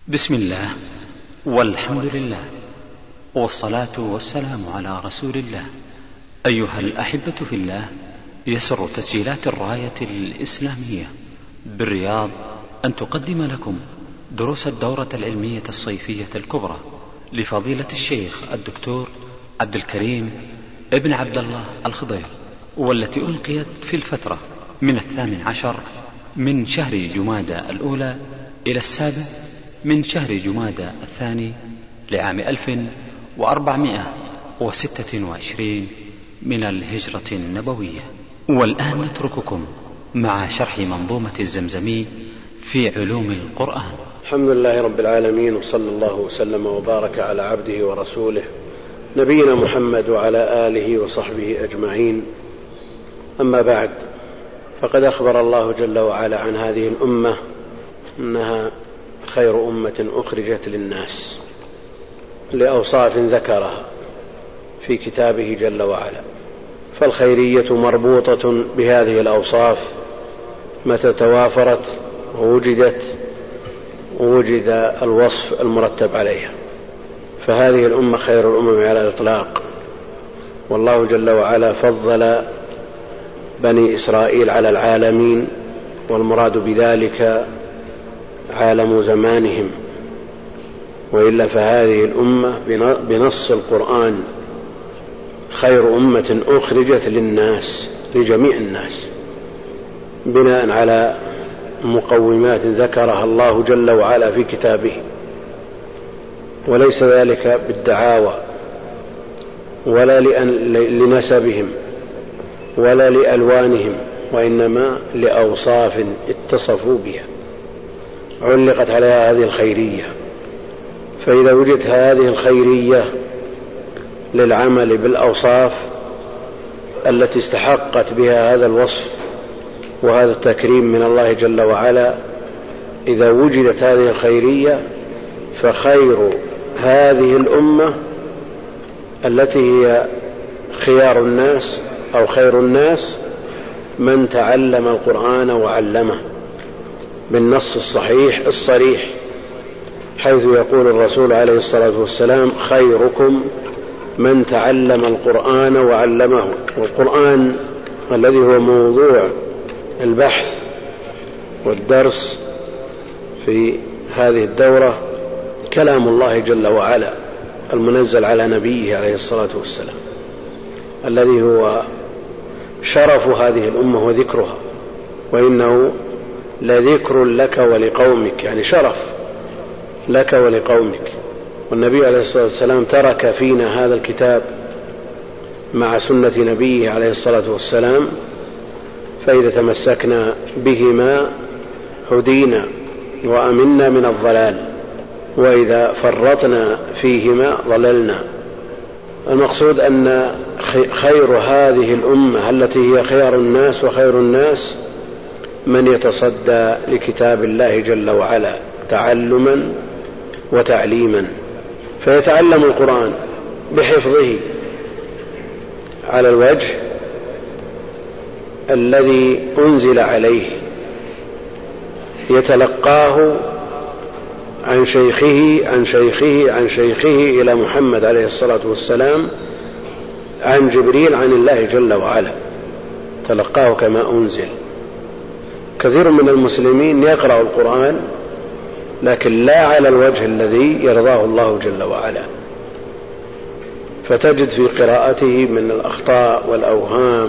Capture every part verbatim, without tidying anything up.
بسم الله والحمد لله والصلاة والسلام على رسول الله. أيها الأحبة في الله، يسر تسجيلات الراية الإسلامية بالرياض أن تقدم لكم دروس الدورة العلمية الصيفية الكبرى لفضيلة الشيخ الدكتور عبد الكريم ابن عبد الله الخضير، والتي ألقيت في الفترة من الثامن عشر من شهر جمادى الأولى إلى السابع من شهر جمادى الثاني لعام ألف وأربعمائة وستة وعشرين من الهجرة النبوية. والآن نترككم مع شرح منظومة الزمزمي في علوم القرآن. الحمد لله رب العالمين، وصلى الله وسلم وبارك على عبده ورسوله نبينا محمد وعلى آله وصحبه أجمعين. أما بعد، فقد أخبر الله جل وعلا عن هذه الأمة أنها خير أمة أخرجت للناس لأوصاف ذكرها في كتابه جل وعلا، فالخيرية مربوطة بهذه الأوصاف متى توافرت ووجدت ووجد الوصف المرتب عليها، فهذه الأمة خير الأمم على الإطلاق. والله جل وعلا فضل بني إسرائيل على العالمين، والمراد بذلك عالم زمانهم، وإلا فهذه الأمة بنص القرآن خير أمة أخرجت للناس لجميع الناس، بناء على مقومات ذكرها الله جل وعلا في كتابه، وليس ذلك بالدعاوى ولا لنسبهم ولا لألوانهم، وإنما لأوصاف اتصفوا بها علقت عليها هذه الخيرية. فإذا وجدت هذه الخيرية للعمل بالأوصاف التي استحقت بها هذا الوصف وهذا التكريم من الله جل وعلا، إذا وجدت هذه الخيرية فخير هذه الأمة التي هي خيار الناس أو خير الناس من تعلم القرآن وعلمه بالنص الصحيح الصريح، حيث يقول الرسول عليه الصلاة والسلام: خيركم من تعلم القرآن وعلمه. والقرآن الذي هو موضوع البحث والدرس في هذه الدورة كلام الله جل وعلا المنزل على نبيه عليه الصلاة والسلام، الذي هو شرف هذه الأمة وذكرها، وإنه لذكر لك ولقومك، يعني شرف لك ولقومك. والنبي عليه الصلاة والسلام ترك فينا هذا الكتاب مع سنة نبيه عليه الصلاة والسلام، فإذا تمسكنا بهما هدينا وأمنا من الضلال، وإذا فرطنا فيهما ضللنا. المقصود أن خير هذه الأمة التي هي خيار الناس وخير الناس من يتصدى لكتاب الله جل وعلا تعلما وتعليما، فيتعلم القرآن بحفظه على الوجه الذي أنزل عليه، يتلقاه عن شيخه عن شيخه عن شيخه إلى محمد عليه الصلاة والسلام عن جبريل عن الله جل وعلا، تلقاه كما أنزل. كثير من المسلمين يقرأ القرآن لكن لا على الوجه الذي يرضاه الله جل وعلا، فتجد في قراءته من الأخطاء والأوهام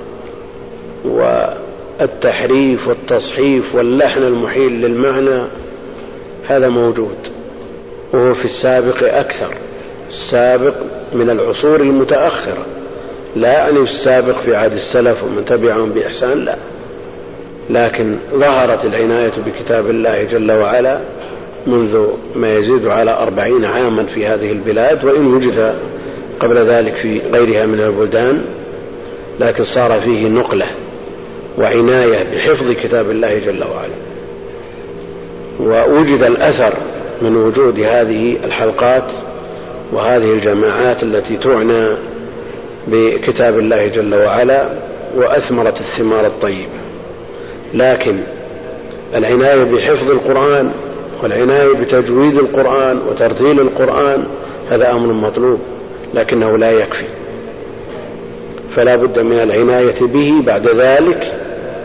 والتحريف والتصحيف واللحن المحيل للمعنى. هذا موجود، وهو في السابق أكثر، السابق من العصور المتأخرة، لا يعني السابق في عهد السلف ومن تبعهم بإحسان، لا، لكن ظهرت العناية بكتاب الله جل وعلا منذ ما يزيد على أربعين عاما في هذه البلاد، وإن وجد قبل ذلك في غيرها من البلدان، لكن صار فيه نقلة وعناية بحفظ كتاب الله جل وعلا. ووجد الأثر من وجود هذه الحلقات وهذه الجماعات التي تعنى بكتاب الله جل وعلا، وأثمرت الثمار الطيبة. لكن العناية بحفظ القرآن والعناية بتجويد القرآن وترتيل القرآن هذا أمر مطلوب، لكنه لا يكفي، فلا بد من العناية به بعد ذلك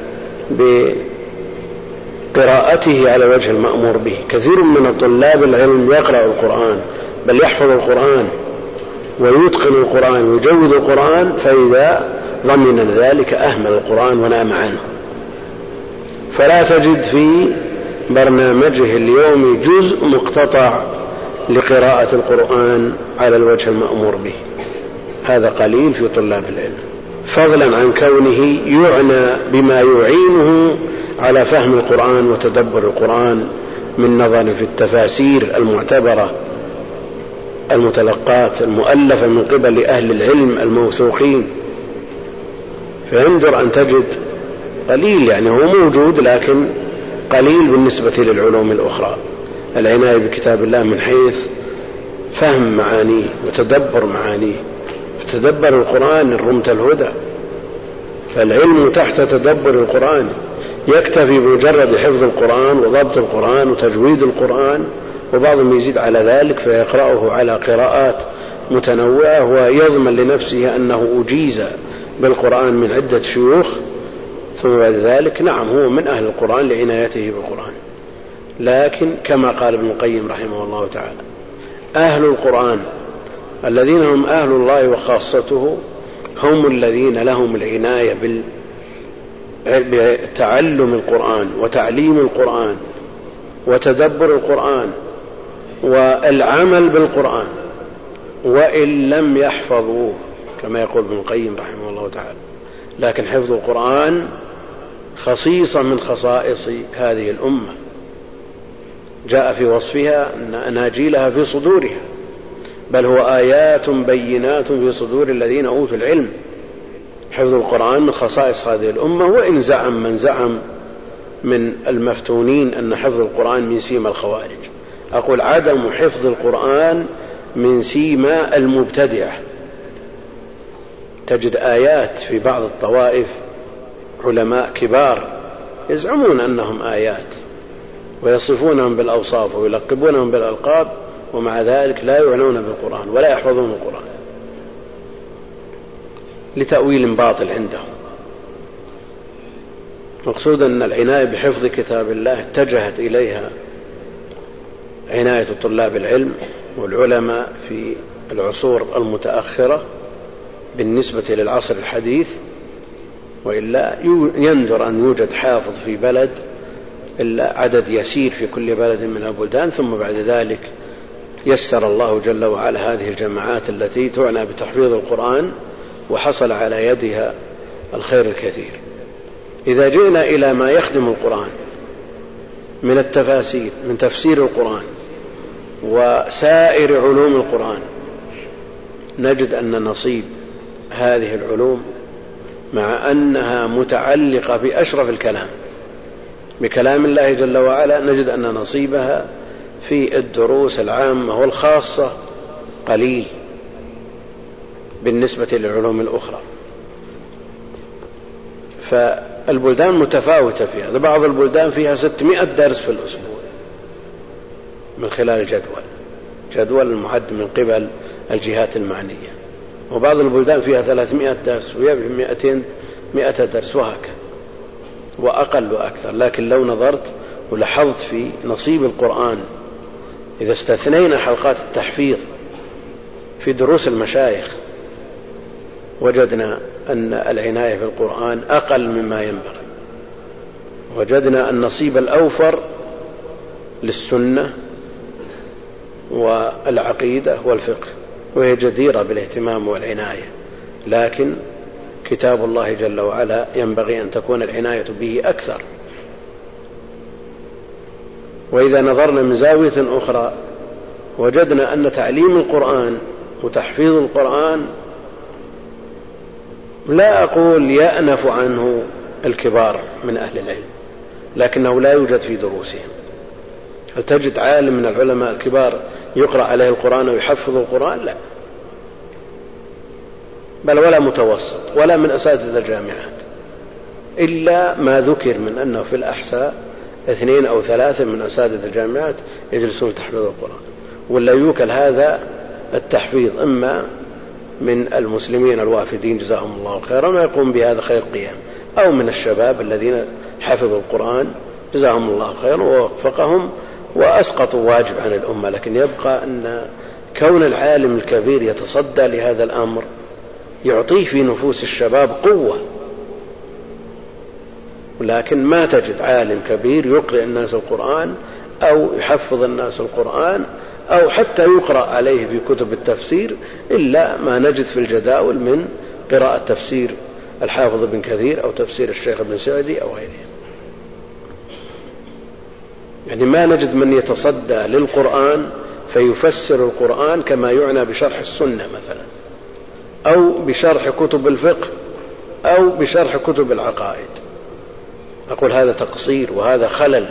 بقراءته على وجه المأمور به. كثير من طلاب العلم يقرأ القرآن بل يحفظ القرآن ويتقن القرآن ويجود القرآن، فإذا ضمن ذلك أهمل القرآن ونام عنه، فلا تجد في برنامجه اليومي جزء مقتطع لقراءة القرآن على الوجه المأمور به، هذا قليل في طلاب العلم، فضلا عن كونه يعنى بما يعينه على فهم القرآن وتدبر القرآن من نظر في التفاسير المعتبرة المتلقاة المؤلفة من قبل أهل العلم الموثوقين، فينظر أن تجد قليل، يعني هو موجود لكن قليل بالنسبة للعلوم الأخرى، العناية بكتاب الله من حيث فهم معانيه وتدبر معانيه. فتدبر القرآن رمت الهدى، فالعلم تحت تدبر القرآن، يكتفي بمجرد حفظ القرآن وضبط القرآن وتجويد القرآن، وبعضهم يزيد على ذلك فيقرأه على قراءات متنوعة ويضمن لنفسه أنه أجيز بالقرآن من عدة شيوخ، ثم بعد ذلك نعم هو من أهل القرآن لعنايته بالقرآن، لكن كما قال ابن القيم رحمه الله تعالى أهل القرآن الذين هم أهل الله وخاصته هم الذين لهم العناية بتعلم القرآن وتعليم القرآن وتدبر القرآن والعمل بالقرآن، وإن لم يحفظوه كما يقول ابن القيم رحمه الله تعالى. لكن حفظ القرآن خصيصة من خصائص هذه الأمة، جاء في وصفها أن أناجيلها في صدورها، بل هو آيات بينات في صدور الذين أوتوا العلم. حفظ القرآن من خصائص هذه الأمة، وإن زعم من زعم من المفتونين أن حفظ القرآن من سيما الخوارج، أقول عدم حفظ القرآن من سيما المبتدعة. تجد آيات في بعض الطوائف علماء كبار يزعمون أنهم آيات ويصفونهم بالأوصاف ويلقبونهم بالألقاب، ومع ذلك لا يعنون بالقرآن ولا يحفظون القرآن لتأويل باطل عندهم. مقصود أن العناية بحفظ كتاب الله اتجهت إليها عناية طلاب العلم والعلماء في العصور المتأخرة بالنسبة للعصر الحديث، وإلا يندر أن يوجد حافظ في بلد إلا عدد يسير في كل بلد من البلدان، ثم بعد ذلك يسر الله جل وعلا هذه الجماعات التي تعنى بتحفيظ القرآن وحصل على يدها الخير الكثير. إذا جئنا إلى ما يخدم القرآن من التفاسير، من تفسير القرآن وسائر علوم القرآن، نجد أن نصيب هذه العلوم مع أنها متعلقة بأشرف الكلام بكلام الله جل وعلا، نجد أن نصيبها في الدروس العامة والخاصة قليل بالنسبة للعلوم الأخرى. فالبلدان متفاوتة في هذا، بعض البلدان فيها ستمائة درس في الأسبوع من خلال جدول جدول المعد من قبل الجهات المعنية، وبعض البلدان فيها ثلاثمائة درس ويبقى مئتين مئة درس وهكذا وأقل وأكثر. لكن لو نظرت ولاحظت في نصيب القرآن، إذا استثنينا حلقات التحفيظ في دروس المشايخ، وجدنا أن العناية بالقرآن أقل مما ينبغي، وجدنا النصيب الأوفر للسنة والعقيدة والفقه، وهي جديرة بالاهتمام والعناية، لكن كتاب الله جل وعلا ينبغي أن تكون العناية به أكثر. وإذا نظرنا من زاوية أخرى وجدنا أن تعليم القرآن وتحفيظ القرآن لا أقول يأنف عنه الكبار من أهل العلم، لكنه لا يوجد في دروسهم. هل تجد عالم من العلماء الكبار يقرأ عليه القرآن ويحفظ القرآن؟ لا، بل ولا متوسط ولا من أساتذة الجامعات، إلا ما ذكر من أنه في الأحساء اثنين أو ثلاثة من أساتذة الجامعات يجلسون تحفيظ القرآن، ولا يوكل هذا التحفيظ إما من المسلمين الوافدين جزاهم الله خيرا ما يقوم بهذا خير قيام، أو من الشباب الذين حفظوا القرآن جزاهم الله خيرا ووفقهم وأسقطوا واجب عن الأمة. لكن يبقى أن كون العالم الكبير يتصدى لهذا الأمر يعطيه في نفوس الشباب قوة، ولكن ما تجد عالم كبير يقرأ الناس القرآن أو يحفظ الناس القرآن أو حتى يقرأ عليه في كتب التفسير إلا ما نجد في الجداول من قراءة تفسير الحافظ بن كثير أو تفسير الشيخ ابن سعدي أو غيره. يعني ما نجد من يتصدى للقرآن فيفسر القرآن كما يعنى بشرح السنة مثلا، أو بشرح كتب الفقه، أو بشرح كتب العقائد. أقول هذا تقصير وهذا خلل،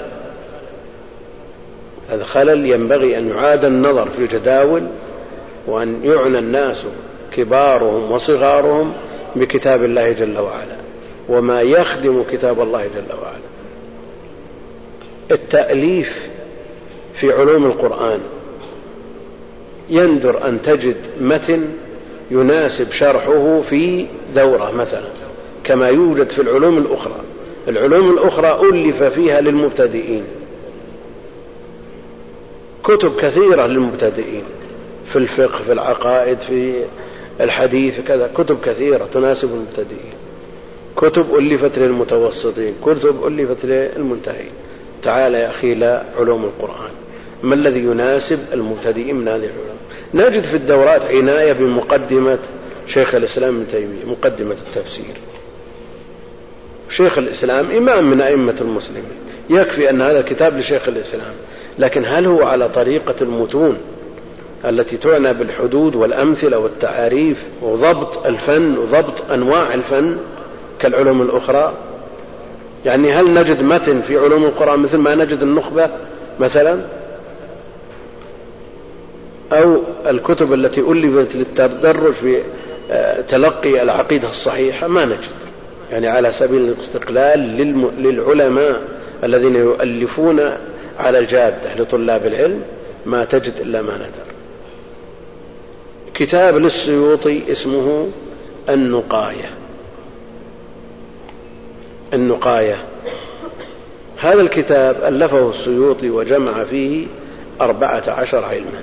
هذا خلل ينبغي أن يعاد النظر في الجداول، وأن يعنى الناس كبارهم وصغارهم بكتاب الله جل وعلا وما يخدم كتاب الله جل وعلا. التأليف في علوم القرآن يندر أن تجد متن يناسب شرحه في دورة مثلا كما يوجد في العلوم الأخرى. العلوم الأخرى ألف فيها للمبتدئين كتب كثيرة للمبتدئين، في الفقه، في العقائد، في الحديث، كذا كتب كثيرة تناسب المبتدئين، كتب ألفت للمتوسطين، كتب ألفت للمنتهين. تعال يا أخي إلى علوم القرآن، ما الذي يناسب المبتدئين من هذه العلوم؟ نجد في الدورات عناية بمقدمة شيخ الإسلام ابن تيمية، مقدمة التفسير. شيخ الإسلام إمام من أئمة المسلمين، يكفي أن هذا كتاب لشيخ الإسلام، لكن هل هو على طريقة المتون التي تعنى بالحدود والأمثلة والتعاريف وضبط الفن وضبط أنواع الفن كالعلوم الأخرى؟ يعني هل نجد متن في علوم القرآن مثل ما نجد النخبة مثلا، أو الكتب التي ألفت للتدرج في تلقي العقيدة الصحيحة؟ ما نجد. يعني على سبيل الاستقلال للعلماء الذين يؤلفون على الجادة لطلاب العلم ما تجد إلا ما ندر. كتاب للسيوطي اسمه النقاية. النقاية هذا الكتاب ألفه السيوطي وجمع فيه أربعة عشر علما،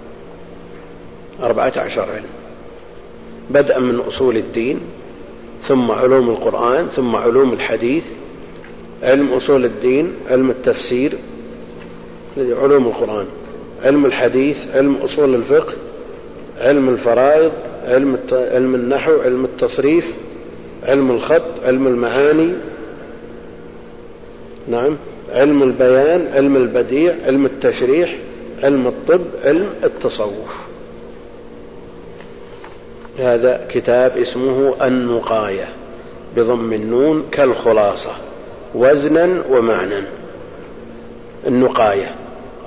أربعة عشر علم، بدءا من أصول الدين، ثم علوم القرآن، ثم علوم الحديث، علم أصول الدين، علم التفسير، علوم القرآن، علم الحديث، علم أصول الفقه، علم الفرائض، علم علم النحو، علم التصريف، علم الخط، علم المعاني، نعم، علم البيان، علم البديع، علم التشريح، علم الطب، علم التصوف. هذا كتاب اسمه النقاية بضم النون كالخلاصة وزنا ومعنى. النقاية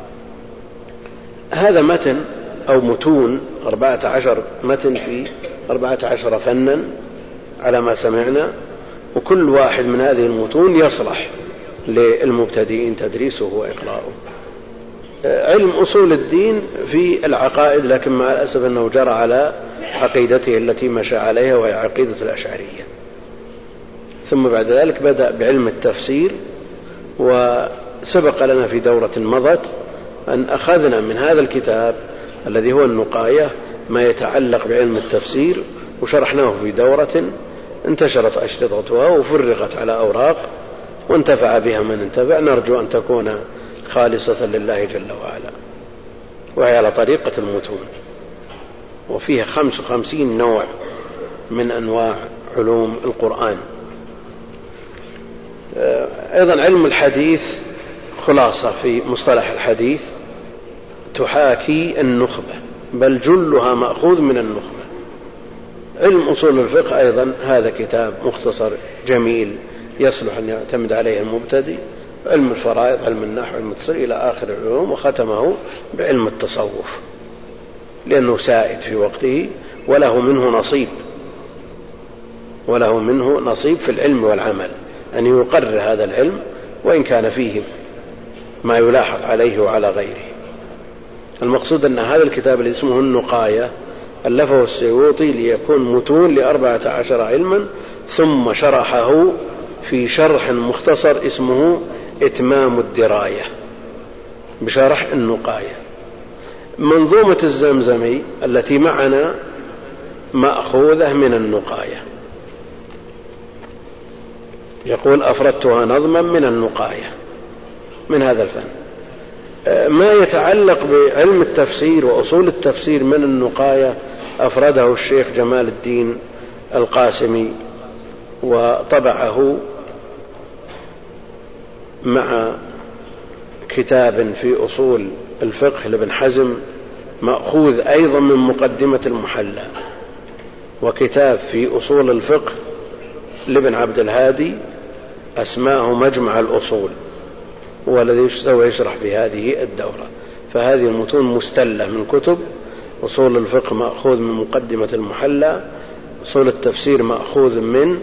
هذا متن أو متون أربعة عشر متن في أربعة عشر فنا على ما سمعنا، وكل واحد من هذه المتون يصلح للمبتدئين تدريسه وإقراءه. علم أصول الدين في العقائد، لكن مع الأسف أنه جرى على عقيدته التي مشى عليها وهي عقيدة الأشعرية. ثم بعد ذلك بدأ بعلم التفسير، وسبق لنا في دورة مضت أن أخذنا من هذا الكتاب الذي هو النقاية ما يتعلق بعلم التفسير وشرحناه في دورة انتشرت أشرطتها وفرغت على أوراق وانتفع بها من انتفع. نرجو أن تكون خالصة لله جل وعلا، وهي على طريقة المتون، وفيها خمس وخمسين نوع من أنواع علوم القرآن. أيضا علم الحديث خلاصة في مصطلح الحديث تحاكي النخبة، بل جلها مأخوذ من النخبة. علم أصول الفقه أيضا هذا كتاب مختصر جميل يصلح أن يعتمد عليه المبتدئ. علم الفرائض، علم النحو، علم التصريف إلى آخر العلوم، وختمه بعلم التصوف لأنه سائد في وقته وله منه نصيب، وله منه نصيب في العلم والعمل، أن يقرر هذا العلم وإن كان فيه ما يلاحظ عليه وعلى غيره. المقصود أن هذا الكتاب اللي اسمه النقاية ألفه السيوطي ليكون متون لأربعة عشر علما، ثم شرحه في شرح مختصر اسمه إتمام الدراية بشرح النقاية. منظومة الزمزمي التي معنا مأخوذة من النقاية، يقول أفردتها نظما من النقاية، من هذا الفن. ما يتعلق بعلم التفسير وأصول التفسير من النقاية أفرده الشيخ جمال الدين القاسمي وطبعه مع كتاب في أصول الفقه لابن حزم مأخوذ أيضا من مقدمة المحلى، وكتاب في أصول الفقه لابن عبد الهادي أسماه مجمع الأصول، والذي يشرح في هذه الدورة. فهذه المتون مستلة من كتب أصول الفقه مأخوذ من مقدمة المحلى، أصول التفسير مأخوذ من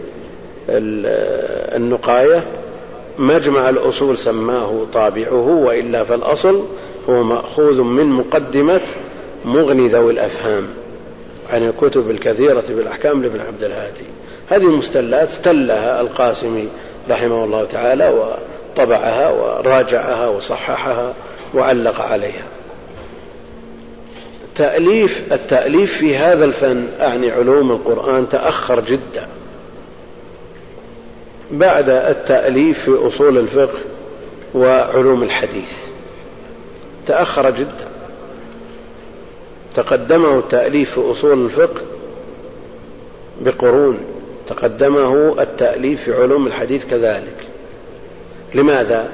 النقاية، مجمع الأصول سماه طابعه، وإلا فالأصل هو مأخوذ من مقدمة مغني ذوي الأفهام عن الكتب الكثيرة بالأحكام لابن عبد الهادي. هذه المستلات استلها القاسمي رحمه الله تعالى وطبعها وراجعها وصححها وعلق عليها. تأليف التأليف في هذا الفن أعني علوم القرآن تأخر جدا بعد التأليف في أصول الفقه وعلوم الحديث، تأخر جدا. تقدمه التأليف في أصول الفقه بقرون، تقدمه التأليف في علوم الحديث كذلك. لماذا؟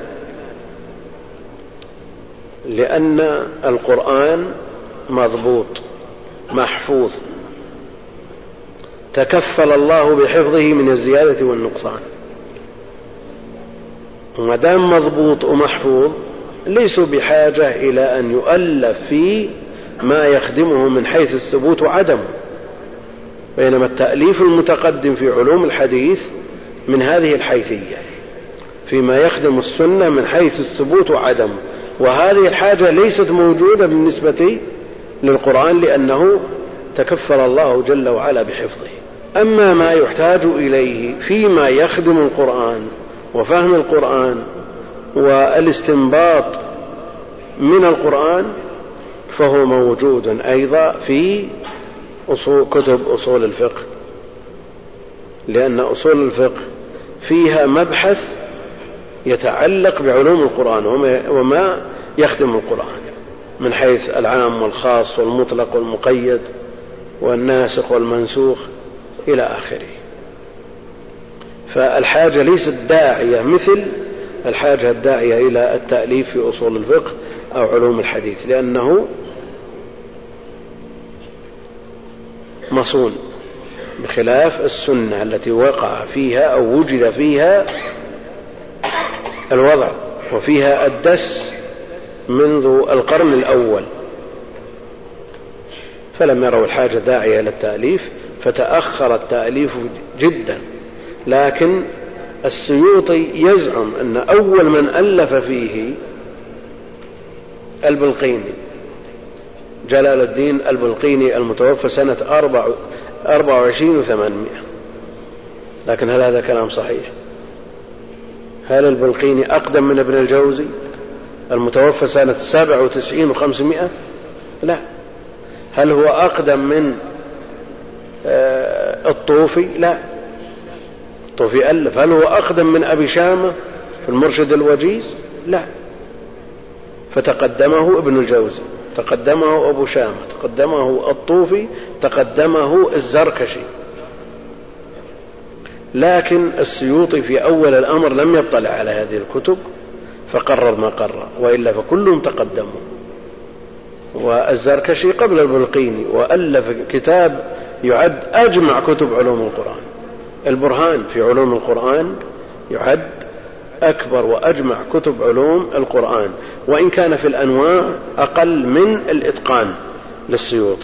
لأن القرآن مضبوط محفوظ، تكفل الله بحفظه من الزيادة والنقصان، وما دام مضبوط ومحفوظ ليسوا بحاجة إلى أن يؤلف فيه ما يخدمه من حيث الثبوت وعدمه. بينما التأليف المتقدم في علوم الحديث من هذه الحيثية، فيما يخدم السنة من حيث الثبوت وعدمه، وهذه الحاجة ليست موجودة بالنسبة للقرآن لأنه تكفل الله جل وعلا بحفظه. أما ما يحتاج إليه فيما يخدم القرآن وفهم القرآن والاستنباط من القرآن فهو موجود أيضا في أصول كتب أصول الفقه، لأن أصول الفقه فيها مبحث يتعلق بعلوم القرآن وما يخدم القرآن من حيث العام والخاص والمطلق والمقيد والناسخ والمنسوخ إلى آخره. فالحاجة ليست داعية مثل الحاجة الداعية إلى التأليف في أصول الفقه أو علوم الحديث، لأنه مصون، بخلاف السنة التي وقع فيها أو وجد فيها الوضع وفيها الدس منذ القرن الأول، فلم يروا الحاجة داعية إلى التأليف فتأخر التأليف جدا. لكن السيوطي يزعم أن أول من ألف فيه البلقيني، جلال الدين البلقيني المتوفى سنة أربعة وعشرين وثمانمائة. لكن هل هذا كلام صحيح؟ هل البلقيني أقدم من ابن الجوزي المتوفى سنة سبعة وتسعين وخمسمائة؟ لا. هل هو أقدم من الطوفي؟ لا، الطوفي ألف. هل هو أقدم من أبي شامة في المرشد الوجيز؟ لا. فتقدمه ابن الجوزي، تقدمه أبو شامة، تقدمه الطوفي، تقدمه الزركشي. لكن السيوطي في أول الأمر لم يطلع على هذه الكتب فقرر ما قرر، وإلا فكلهم تقدموا. والزركشي قبل البلقيني وألف كتاب يعد أجمع كتب علوم القرآن، البرهان في علوم القرآن يعد أكبر وأجمع كتب علوم القرآن، وإن كان في الأنواع أقل من الإتقان للسيوطي.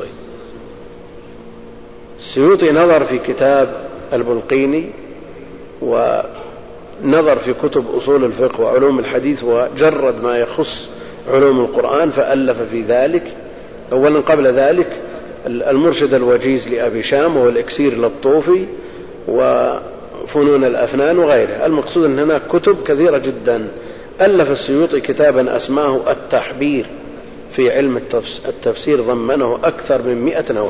السيوطي نظر في كتاب البلقيني نظر في كتب أصول الفقه وعلوم الحديث وجرد ما يخص علوم القرآن فألف في ذلك. أولا قبل ذلك المرشد الوجيز لأبي شام والإكسير للطوفي وفنون الأفنان وغيره. المقصود أن هناك كتب كثيرة جدا. ألف السيوطي كتابا أسماه التحبير في علم التفسير، ضمنه أكثر من مئة نوع،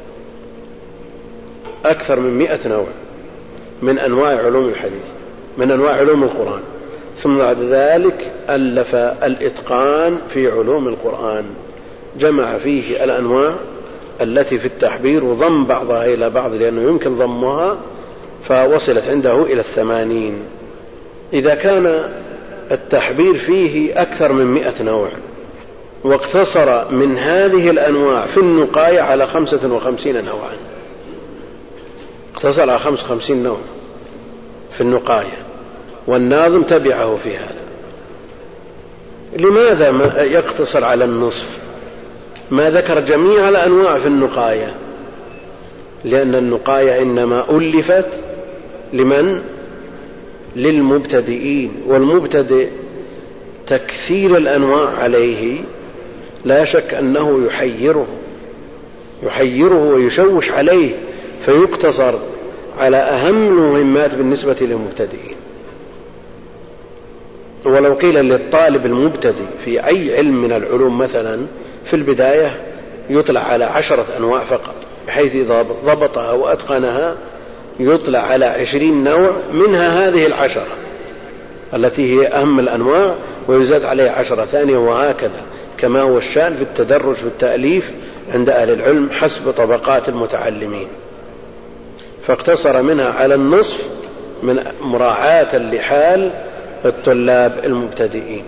أكثر من مئة نوع من أنواع علوم الحديث، من أنواع علوم القرآن. ثم بعد ذلك ألف الإتقان في علوم القرآن، جمع فيه الأنواع التي في التحبير وضم بعضها إلى بعض لأنه يمكن ضمها، فوصلت عنده إلى الثمانين. إذا كان التحبير فيه أكثر من مئة نوع واقتصر من هذه الأنواع في النقاية على خمسة وخمسين نوعا، اقتصر على خمسة وخمسين نوع في النقاية، والناظم تبعه في هذا. لماذا ما يقتصر على النصف؟ ما ذكر جميع الأنواع في النقاية؟ لأن النقاية إنما ألفت لمن؟ للمبتدئين، والمبتدئ تكثير الأنواع عليه لا شك أنه يحيره يحيره ويشوش عليه، فيقتصر على أهم المهمات بالنسبة للمبتدئين. ولو قيل للطالب المبتدئ في أي علم من العلوم مثلا في البداية يطلع على عشرة أنواع فقط، بحيث إذا ضبطها وأتقنها يطلع على عشرين نوع، منها هذه العشرة التي هي أهم الأنواع، ويزاد عليها عشرة ثانية، وهكذا كما هو الشأن في التدرج في التأليف عند أهل العلم حسب طبقات المتعلمين. فاقتصر منها على النصف من مراعاة لحال الطلاب المبتدئين.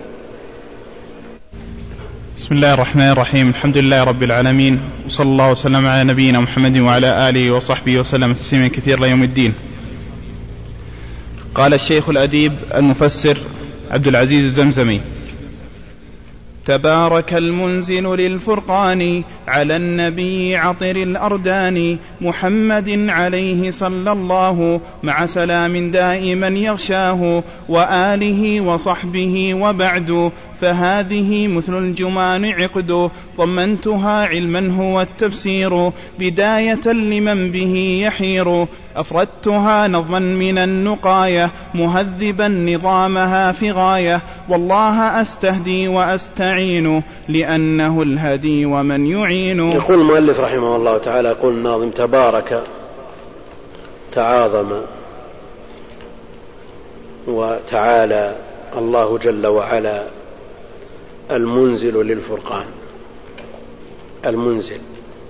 بسم الله الرحمن الرحيم. الحمد لله رب العالمين، وصلى الله وسلم على نبينا محمد وعلى آله وصحبه وسلم تسليما كثيرا ليوم الدين. قال الشيخ الأديب المفسر عبد العزيز الزمزمي: تبارك المنزل للفرقان على النبي عطر الأردان محمد عليه صلى الله مع سلام دائما يغشاه وآله وصحبه وبعد، فهذه مثل الجمان عقد ضمنتها علما هو التفسير بداية لمن به يحير، أفردتها نظما من النقاية مهذبا نظامها في غاية، والله أستهدي وأستعين لأنه الهدي ومن يعين. يقول المؤلف رحمه الله تعالى، يقول الناظم: تبارك تعاظم وتعالى الله جل وعلا المنزل للفرقان، المنزل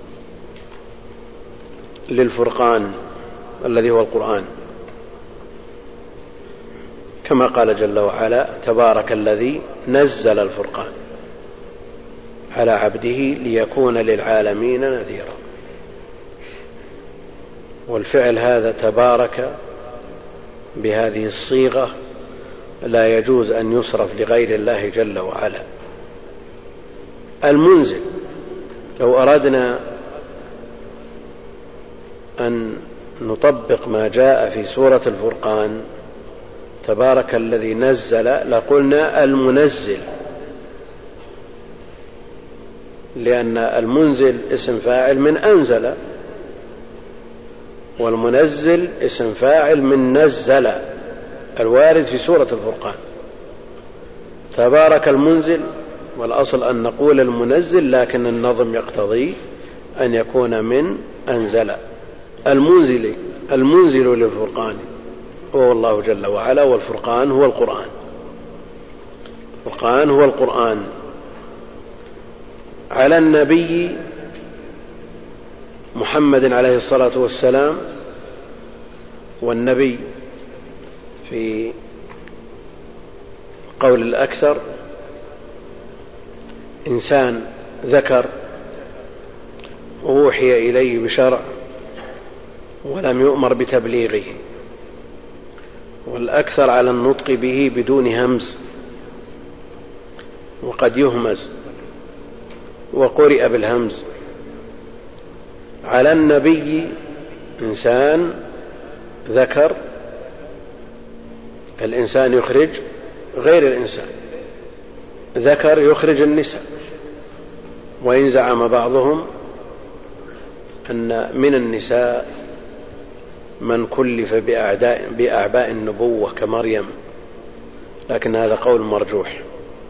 للفرقان الذي هو القرآن، كما قال جل وعلا: تبارك الذي نزل الفرقان على عبده ليكون للعالمين نذيرا. والفعل هذا تبارك بهذه الصيغة لا يجوز أن يصرف لغير الله جل وعلا. المنزل، لو أردنا أن نطبق ما جاء في سورة الفرقان تبارك الذي نزل لقلنا المنزل، لأن المنزل اسم فاعل من أنزل، والمنزل اسم فاعل من نزل الوارد في سورة الفرقان. تبارك المنزل، والأصل أن نقول المنزل، لكن النظم يقتضي أن يكون من أنزل. المنزل المنزل للفرقان هو الله جل وعلا، والفرقان هو القرآن. الفرقان هو القرآن على النبي محمد عليه الصلاة والسلام. والنبي في قول الأكثر إنسان ذكر أوحي إليه بشرع ولم يؤمر بتبليغه، والأكثر على النطق به بدون همز، وقد يهمز وقرئ بالهمز. على النبي إنسان ذكر الإنسان يخرج غير الإنسان، ذكر يخرج النساء. وإن زعم بعضهم أن من النساء من كلف بأعباء النبوة كمريم، لكن هذا قول مرجوح.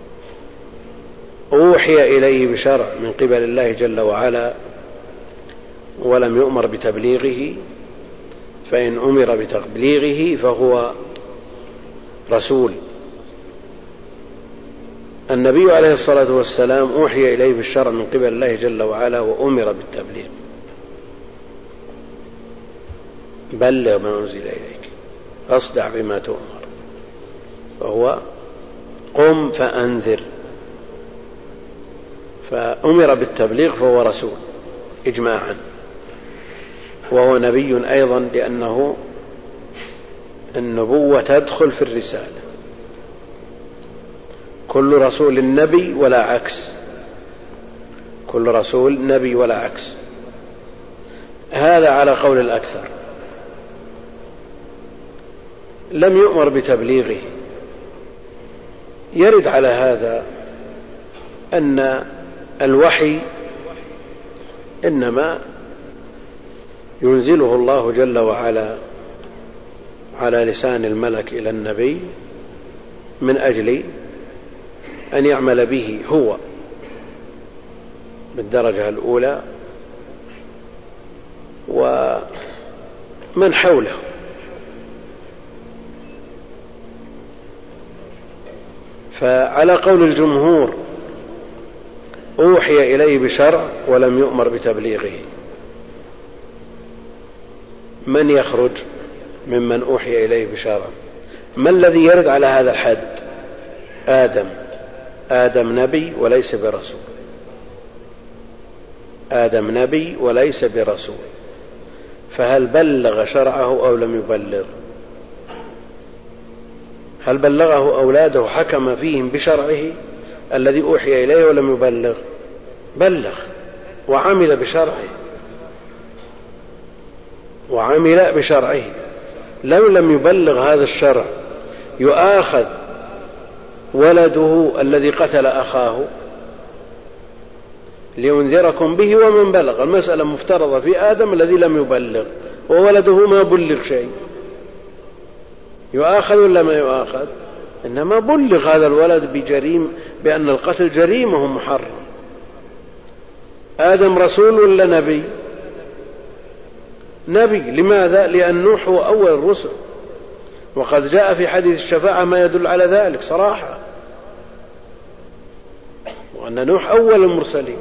أوحي إليه بشرع من قبل الله جل وعلا ولم يؤمر بتبليغه، فإن أمر بتبليغه فهو رسول. النبي عليه الصلاة والسلام أوحي إليه بالشرع من قبل الله جل وعلا وأمر بالتبليغ. بلغ ما أنزل إليك، أصدع بما تؤمر، فهو قم فأنذر. فأمر بالتبليغ فهو رسول إجماعا، وهو نبي أيضا، لأنه النبوة تدخل في الرسالة. كل رسول نبي ولا عكس، كل رسول نبي ولا عكس. هذا على قول الأكثر. لم يؤمر بتبليغه. يرد على هذا أن الوحي إنما ينزله الله جل وعلا على لسان الملك إلى النبي من أجل أن يعمل به هو بالدرجة الأولى ومن حوله. فعلى قول الجمهور أوحي إليه بشرع ولم يؤمر بتبليغه. من يخرج ممن أوحي إليه بشرع؟ ما الذي يرد على هذا الحد؟ آدم. آدم نبي وليس برسول. آدم نبي وليس برسول، فهل بلغ شرعه أو لم يبلغ؟ هل بلغه أولاده حكم فيهم بشرعه الذي أوحي إليه ولم يبلغ؟ بلغ وعمل بشرعه، وعمل بشرعه. لو لم يبلغ هذا الشرع يؤاخذ ولده الذي قتل أخاه لينذركم به ومن بلغ. المسألة مفترضة في آدم الذي لم يبلغ، وولده ما بلغ شيء، يؤاخذ ولا ما يؤاخذ؟ إنما بلغ هذا الولد بجريم بأن القتل جريمه محرم. آدم رسول ولا نبي؟ نبي. لماذا؟ لأن نوح هو أول الرسل، وقد جاء في حديث الشفاعة ما يدل على ذلك صراحة، وأن نوح أول المرسلين.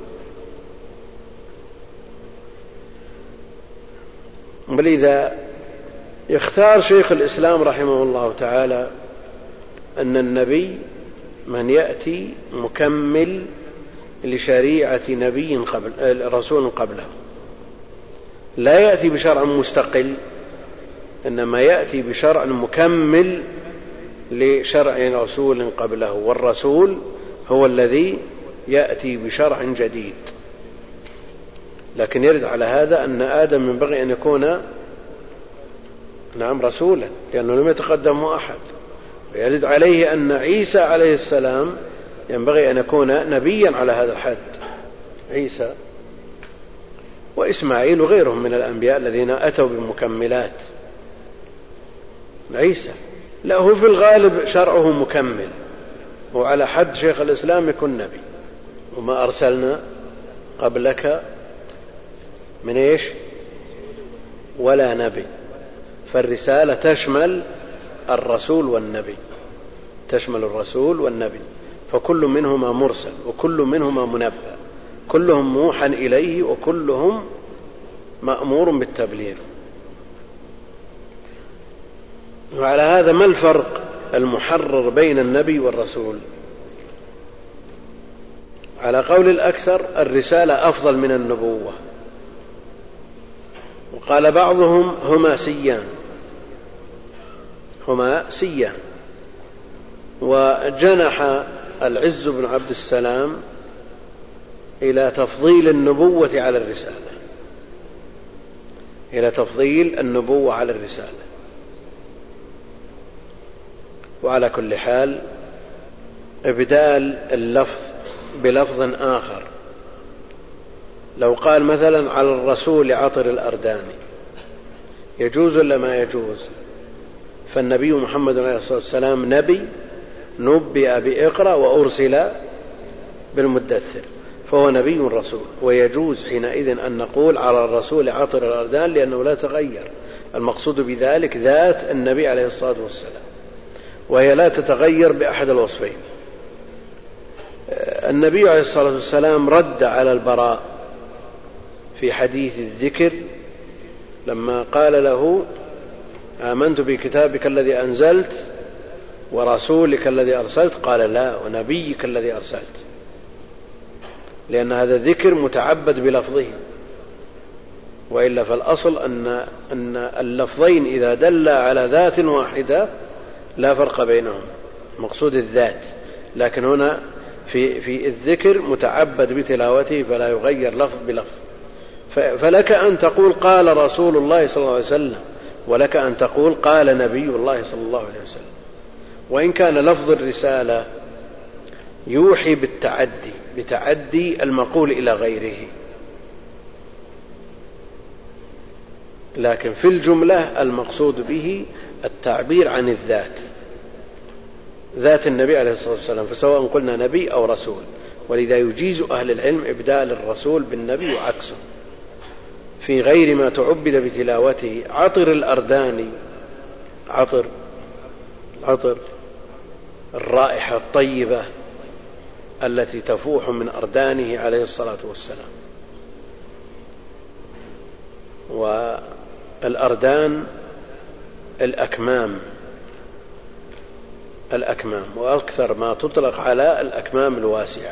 ولذا يختار شيخ الإسلام رحمه الله تعالى أن النبي من يأتي مكمل لشريعة نبي قبل رسول قبله، لا يأتي بشرع مستقل، إنما يأتي بشرع مكمل لشرع رسول قبله، والرسول هو الذي يأتي بشرع جديد. لكن يرد على هذا أن آدم ينبغي أن يكون نعم رسولا، لأنه لم يتقدمه أحد. ويرد عليه أن عيسى عليه السلام ينبغي أن يكون نبيا على هذا الحد، عيسى وإسماعيل وغيرهم من الأنبياء الذين أتوا بمكملات. عيسى له في الغالب شرعه مكمل، وعلى حد شيخ الإسلام يكون نبي. وما أرسلنا قبلك من إيش ولا نبي، فالرسالة تشمل الرسول والنبي، تشمل الرسول والنبي، فكل منهما مرسل وكل منهما منبأ، كلهم موحى إليه وكلهم مأمور بالتبليغ. وعلى هذا ما الفرق المحرر بين النبي والرسول؟ على قول الأكثر الرسالة أفضل من النبوة، وقال بعضهم هما سيان، هما سيان. وجنح العز بن عبد السلام إلى تفضيل النبوة على الرسالة، إلى تفضيل النبوة على الرسالة. وعلى كل حال إبدال اللفظ بلفظ آخر، لو قال مثلا على الرسول عطر الأرداني يجوز ولا ما يجوز؟ فالنبي محمد عليه الصلاة والسلام نبي نبئ بإقرأ وأرسل بالمدثر، فهو نبي رسول، ويجوز حينئذ أن نقول على الرسول عطر الأردان لأنه لا تغير. المقصود بذلك ذات النبي عليه الصلاة والسلام، وهي لا تتغير بأحد الوصفين. النبي عليه الصلاة والسلام رد على البراء في حديث الذكر لما قال له آمنت بكتابك الذي أنزلت ورسولك الذي أرسلت، قال لا ونبيك الذي أرسلت، لأن هذا الذكر متعبد بلفظه، وإلا فالأصل أن, أن اللفظين إذا دل على ذات واحدة لا فرق بينهم، مقصود الذات، لكن هنا في, في الذكر متعبد بتلاوته فلا يغير لفظ بلفظ. فلك أن تقول قال رسول الله صلى الله عليه وسلم، ولك أن تقول قال نبي الله صلى الله عليه وسلم، وإن كان لفظ الرسالة يوحي بالتعدي بتعدي المقول إلى غيره، لكن في الجملة المقصود به التعبير عن الذات، ذات النبي عليه الصلاة والسلام، فسواء قلنا نبي أو رسول، ولذا يجيز أهل العلم إبدال الرسول بالنبي وعكسه في غير ما تعبد بتلاوته. عطر الأرداني عطر عطر الرائحة الطيبة التي تفوح من أردانه عليه الصلاة والسلام. والأردان الأكمام الأكمام وأكثر ما تطلق على الأكمام الواسعة،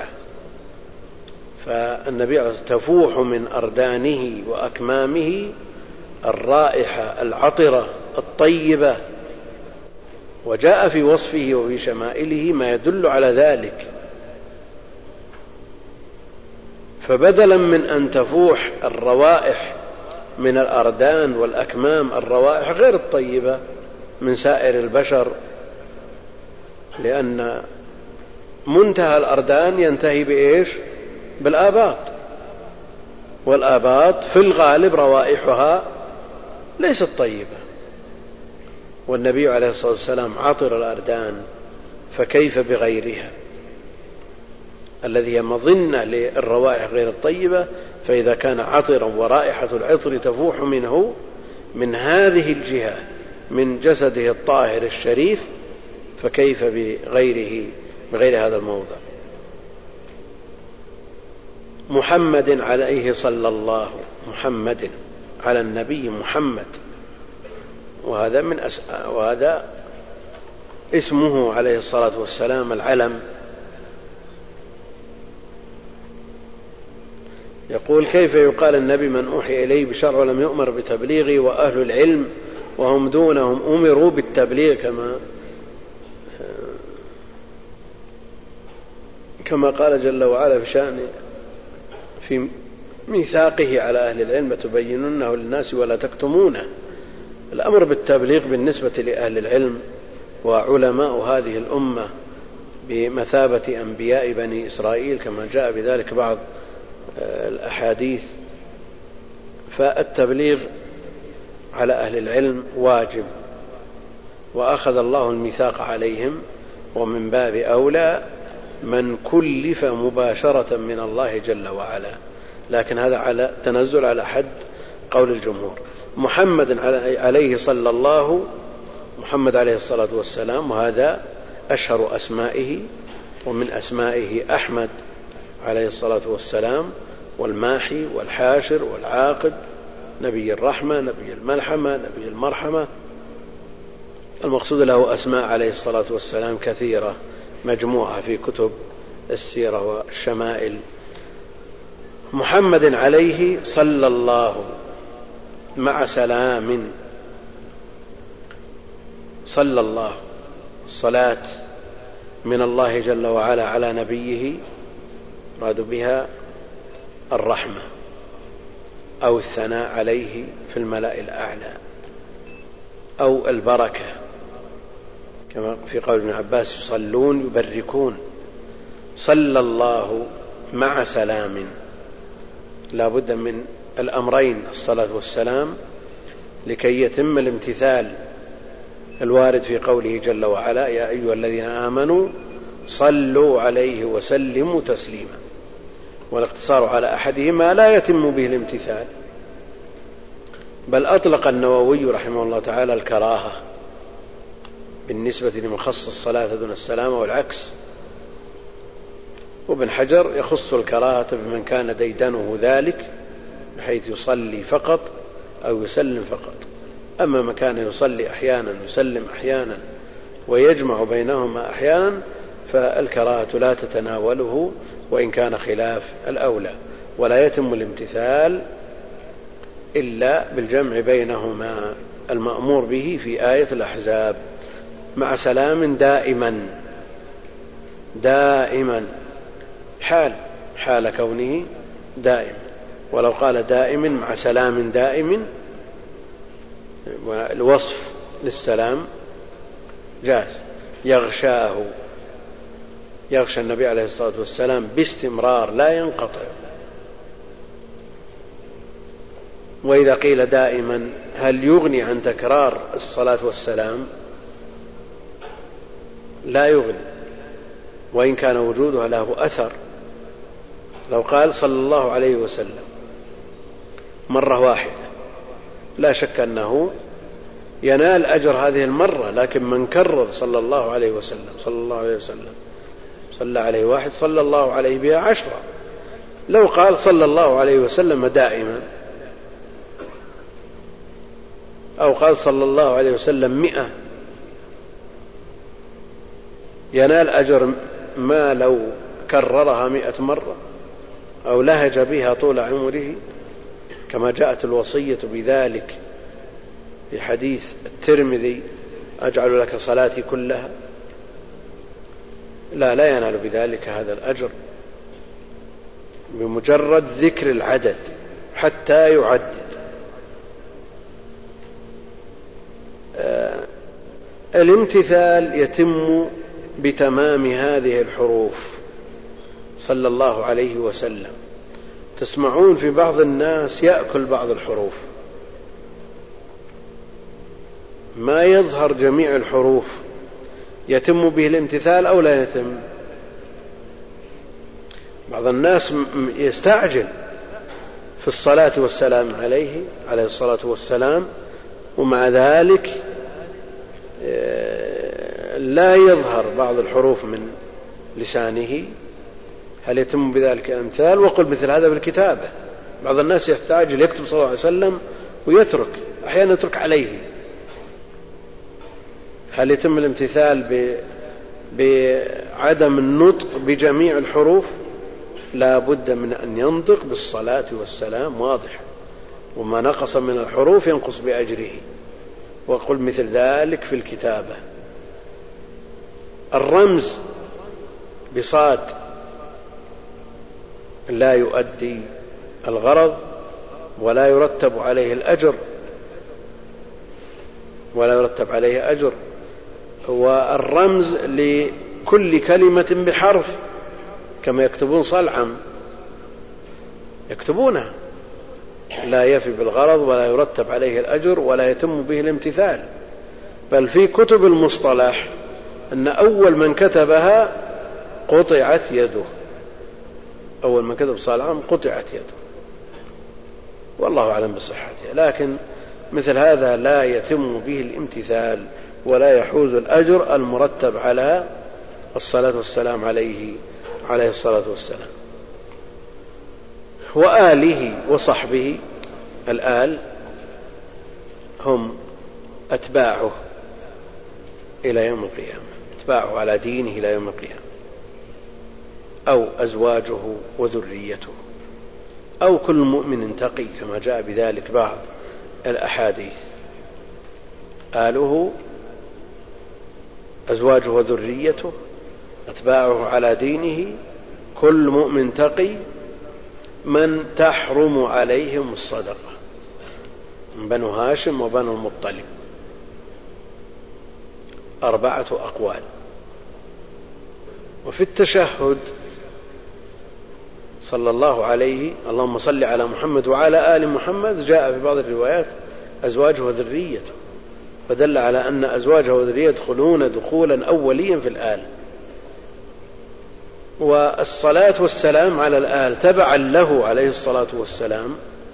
فالنبي تفوح من أردانه وأكمامه الرائحة العطرة الطيبة، وجاء في وصفه وفي شمائله ما يدل على ذلك. فبدلا من أن تفوح الروائح من الأردان والأكمام الروائح غير الطيبة من سائر البشر، لأن منتهى الأردان ينتهي بإيش؟ بالآباط، والآباط في الغالب روائحها ليست طيبة، والنبي عليه الصلاة والسلام عطر الأردان، فكيف بغيرها الذي هي مظنة للروائح غير الطيبة؟ فإذا كان عطرا ورائحة العطر تفوح منه من هذه الجهة من جسده الطاهر الشريف، فكيف بغيره بغير هذا الموضع؟ محمد عليه صلى الله محمد على النبي محمد، وهذا من أس... وهذا اسمه عليه الصلاة والسلام العلم. يقول كيف يقال النبي من أوحي إليه بشرع ولم يؤمر بتبليغه، وأهل العلم وهم دونهم أمروا بالتبليغ كما كما قال جل وعلا في شأن في ميثاقه على أهل العلم تبينونه للناس ولا تكتمونه. الأمر بالتبليغ بالنسبة لأهل العلم وعلماء هذه الأمة بمثابة أنبياء بني إسرائيل كما جاء بذلك بعض الأحاديث، فالتبليغ على أهل العلم واجب، وأخذ الله الميثاق عليهم، ومن باب أولى من كلف مباشرة من الله جل وعلا، لكن هذا على تنزل على حد قول الجمهور. محمد عليه صلى الله محمد عليه الصلاة والسلام، وهذا أشهر أسمائه، ومن أسمائه أحمد عليه الصلاة والسلام، والماحي والحاشر والعاقب، نبي الرحمة، نبي الملحمة، نبي المرحمة. المقصود له أسماء عليه الصلاة والسلام كثيرة مجموعة في كتب السيرة والشمائل. محمد عليه صلى الله مع سلام، صلى الله الصلاة من الله جل وعلا على نبيه، راد بها الرحمة أو الثناء عليه في الملأ الأعلى أو البركة كما في قول ابن عباس يصلون يبركون. صلى الله مع سلام، لا بد من الأمرين الصلاة والسلام لكي يتم الامتثال الوارد في قوله جل وعلا يا أيها الذين آمنوا صلوا عليه وسلموا تسليما، والاقتصار على أحدهما لا يتم به الامتثال. بل أطلق النووي رحمه الله تعالى الكراهة بالنسبة لمن خص الصلاة دون السلام والعكس، وابن حجر يخص الكراهة بمن كان ديدنه ذلك بحيث يصلي فقط أو يسلم فقط. أما من كان يصلي أحيانا يسلم أحيانا ويجمع بينهما أحيانا فالكراهة لا تتناوله وإن كان خلاف الأولى، ولا يتم الامتثال إلا بالجمع بينهما المأمور به في آية الأحزاب مع سلام دائما دائما حال حال كونه دائم، ولو قال دائم مع سلام دائم والوصف للسلام جاز. يغشاه، يغشى النبي عليه الصلاة والسلام باستمرار لا ينقطع. وإذا قيل دائما هل يغني عن تكرار الصلاة والسلام؟ لا يغني، وإن كان وجودها له أثر. لو قال صلى الله عليه وسلم مرة واحدة لا شك أنه ينال أجر هذه المرة، لكن من كرر صلى الله عليه وسلم صلى الله عليه وسلم صلى عليه واحد صلى الله عليه بها عشرة. لو قال صلى الله عليه وسلم دائما أو قال صلى الله عليه وسلم مئة ينال أجر ما لو كررها مئة مرة أو لهج بها طول عمره، كما جاءت الوصية بذلك في حديث الترمذي أجعل لك صلاتي كلها. لا لا ينال بذلك هذا الأجر بمجرد ذكر العدد حتى يعدد. آه الامتثال يتم بتمام هذه الحروف صلى الله عليه وسلم. تسمعون في بعض الناس يأكل بعض الحروف، ما يظهر جميع الحروف، يتم به الامتثال أو لا يتم؟ بعض الناس يستعجل في الصلاة والسلام عليه عليه الصلاة والسلام، ومع ذلك لا يظهر بعض الحروف من لسانه. هل يتم بذلك الامثال؟ وقل مثل هذا بالكتابة. بعض الناس يستعجل يكتب صلى الله عليه وسلم ويترك، أحيانا يترك عليه. هل يتم الامتثال بعدم النطق بجميع الحروف؟ لا بد من أن ينطق بالصلاة والسلام واضح، وما نقص من الحروف ينقص بأجره. وقل مثل ذلك في الكتابة. الرمز بصاد لا يؤدي الغرض ولا يرتب عليه الأجر ولا يرتب عليه أجر. والرمز لكل كلمة بحرف، كما يكتبون صلعا يكتبونها، لا يفي بالغرض ولا يرتب عليه الأجر ولا يتم به الامتثال. بل في كتب المصطلح أن أول من كتبها قطعت يده، أول من كتب صلعا قطعت يده، والله أعلم بصحتها. لكن مثل هذا لا يتم به الامتثال ولا يحوز الأجر المرتب على الصلاة والسلام عليه عليه الصلاة والسلام. وآله وصحبه، الآل هم أتباعه إلى يوم القيامة، أتباعه على دينه إلى يوم القيامة، أو أزواجه وذريته، أو كل مؤمن تقي كما جاء بذلك بعض الأحاديث. آله أزواجه وذريته، أتباعه على دينه، كل مؤمن تقي، من تحرم عليهم الصدقة من بنو هاشم وبنو المطلب. أربعة أقوال. وفي التشهد صلى الله عليه اللهم صل على محمد وعلى آل محمد جاء في بعض الروايات أزواجه وذريته، فدل على أن أزواجه وذريته يدخلون دخولا أوليا في الآل. والصلاة والسلام على الآل تبعا له عليه الصلاة والسلام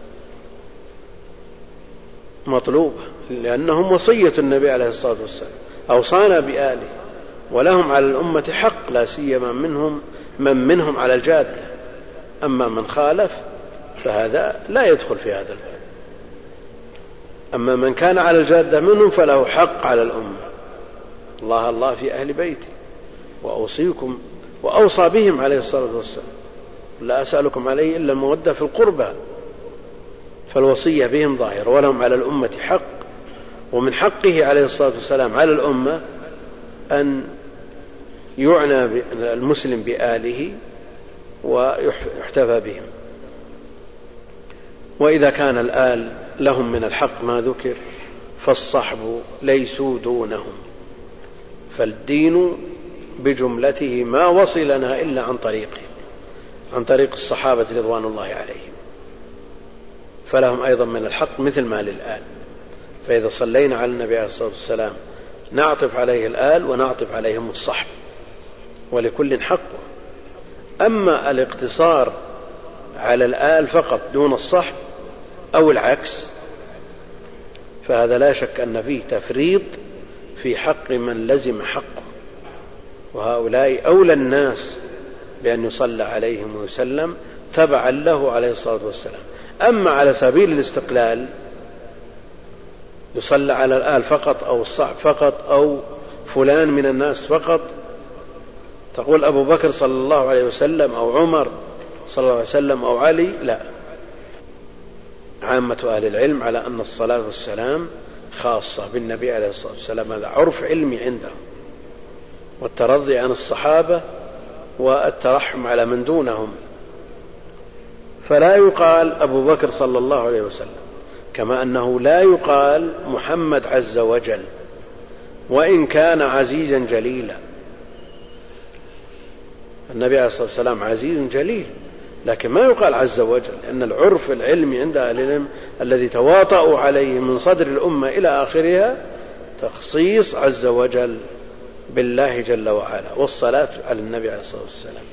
مطلوبة، لأنهم وصية النبي عليه الصلاة والسلام، أوصانا بآله، ولهم على الأمة حق، لا سيما منهم من منهم على الجادة. أما من خالف فهذا لا يدخل في هذا الباب. أما من كان على الجادة منهم فله حق على الأمة. الله الله في أهل بيتي وأوصيكم، وأوصى بهم عليه الصلاة والسلام، لا أسألكم عليه إلا المودة في القربى، فالوصية بهم ظاهرة، ولهم على الأمة حق. ومن حقه عليه الصلاة والسلام على الأمة أن يعنى المسلم بآله ويحتفى بهم. وإذا كان الآل لهم من الحق ما ذكر فالصحب ليسوا دونهم، فالدين بجملته ما وصلنا إلا عن طريقه، عن طريق الصحابة رضوان الله عليهم، فلهم أيضا من الحق مثل ما للآل. فإذا صلينا على النبي عليه الصلاة والسلام نعطف عليه الآل ونعطف عليهم الصحب، ولكل حقه. أما الاقتصار على الآل فقط دون الصحب أو العكس فهذا لا شك أن فيه تفريط في حق من لزم حقه، وهؤلاء أولى الناس بأن يصلى عليهم ويسلم تبعا له عليه الصلاة والسلام. أما على سبيل الاستقلال يصلى على الآل فقط أو الصحب فقط أو فلان من الناس فقط، تقول أبو بكر صلى الله عليه وسلم أو عمر صلى الله عليه وسلم أو علي، لا. عامة أهل العلم على أن الصلاة والسلام خاصة بالنبي عليه الصلاة والسلام، هذا عرف علمي عندهم، والترضي عن الصحابة والترحم على من دونهم. فلا يقال أبو بكر صلى الله عليه وسلم، كما أنه لا يقال محمد عز وجل وإن كان عزيزا جليلا. النبي عليه الصلاة والسلام عزيز جليل، لكن ما يقال عز وجل، لأن العرف العلمي عند أهل العلم الذي تواطؤوا عليه من صدر الأمة إلى آخرها تخصيص عز وجل بالله جل وعلا، والصلاة على النبي عليه الصلاة والسلام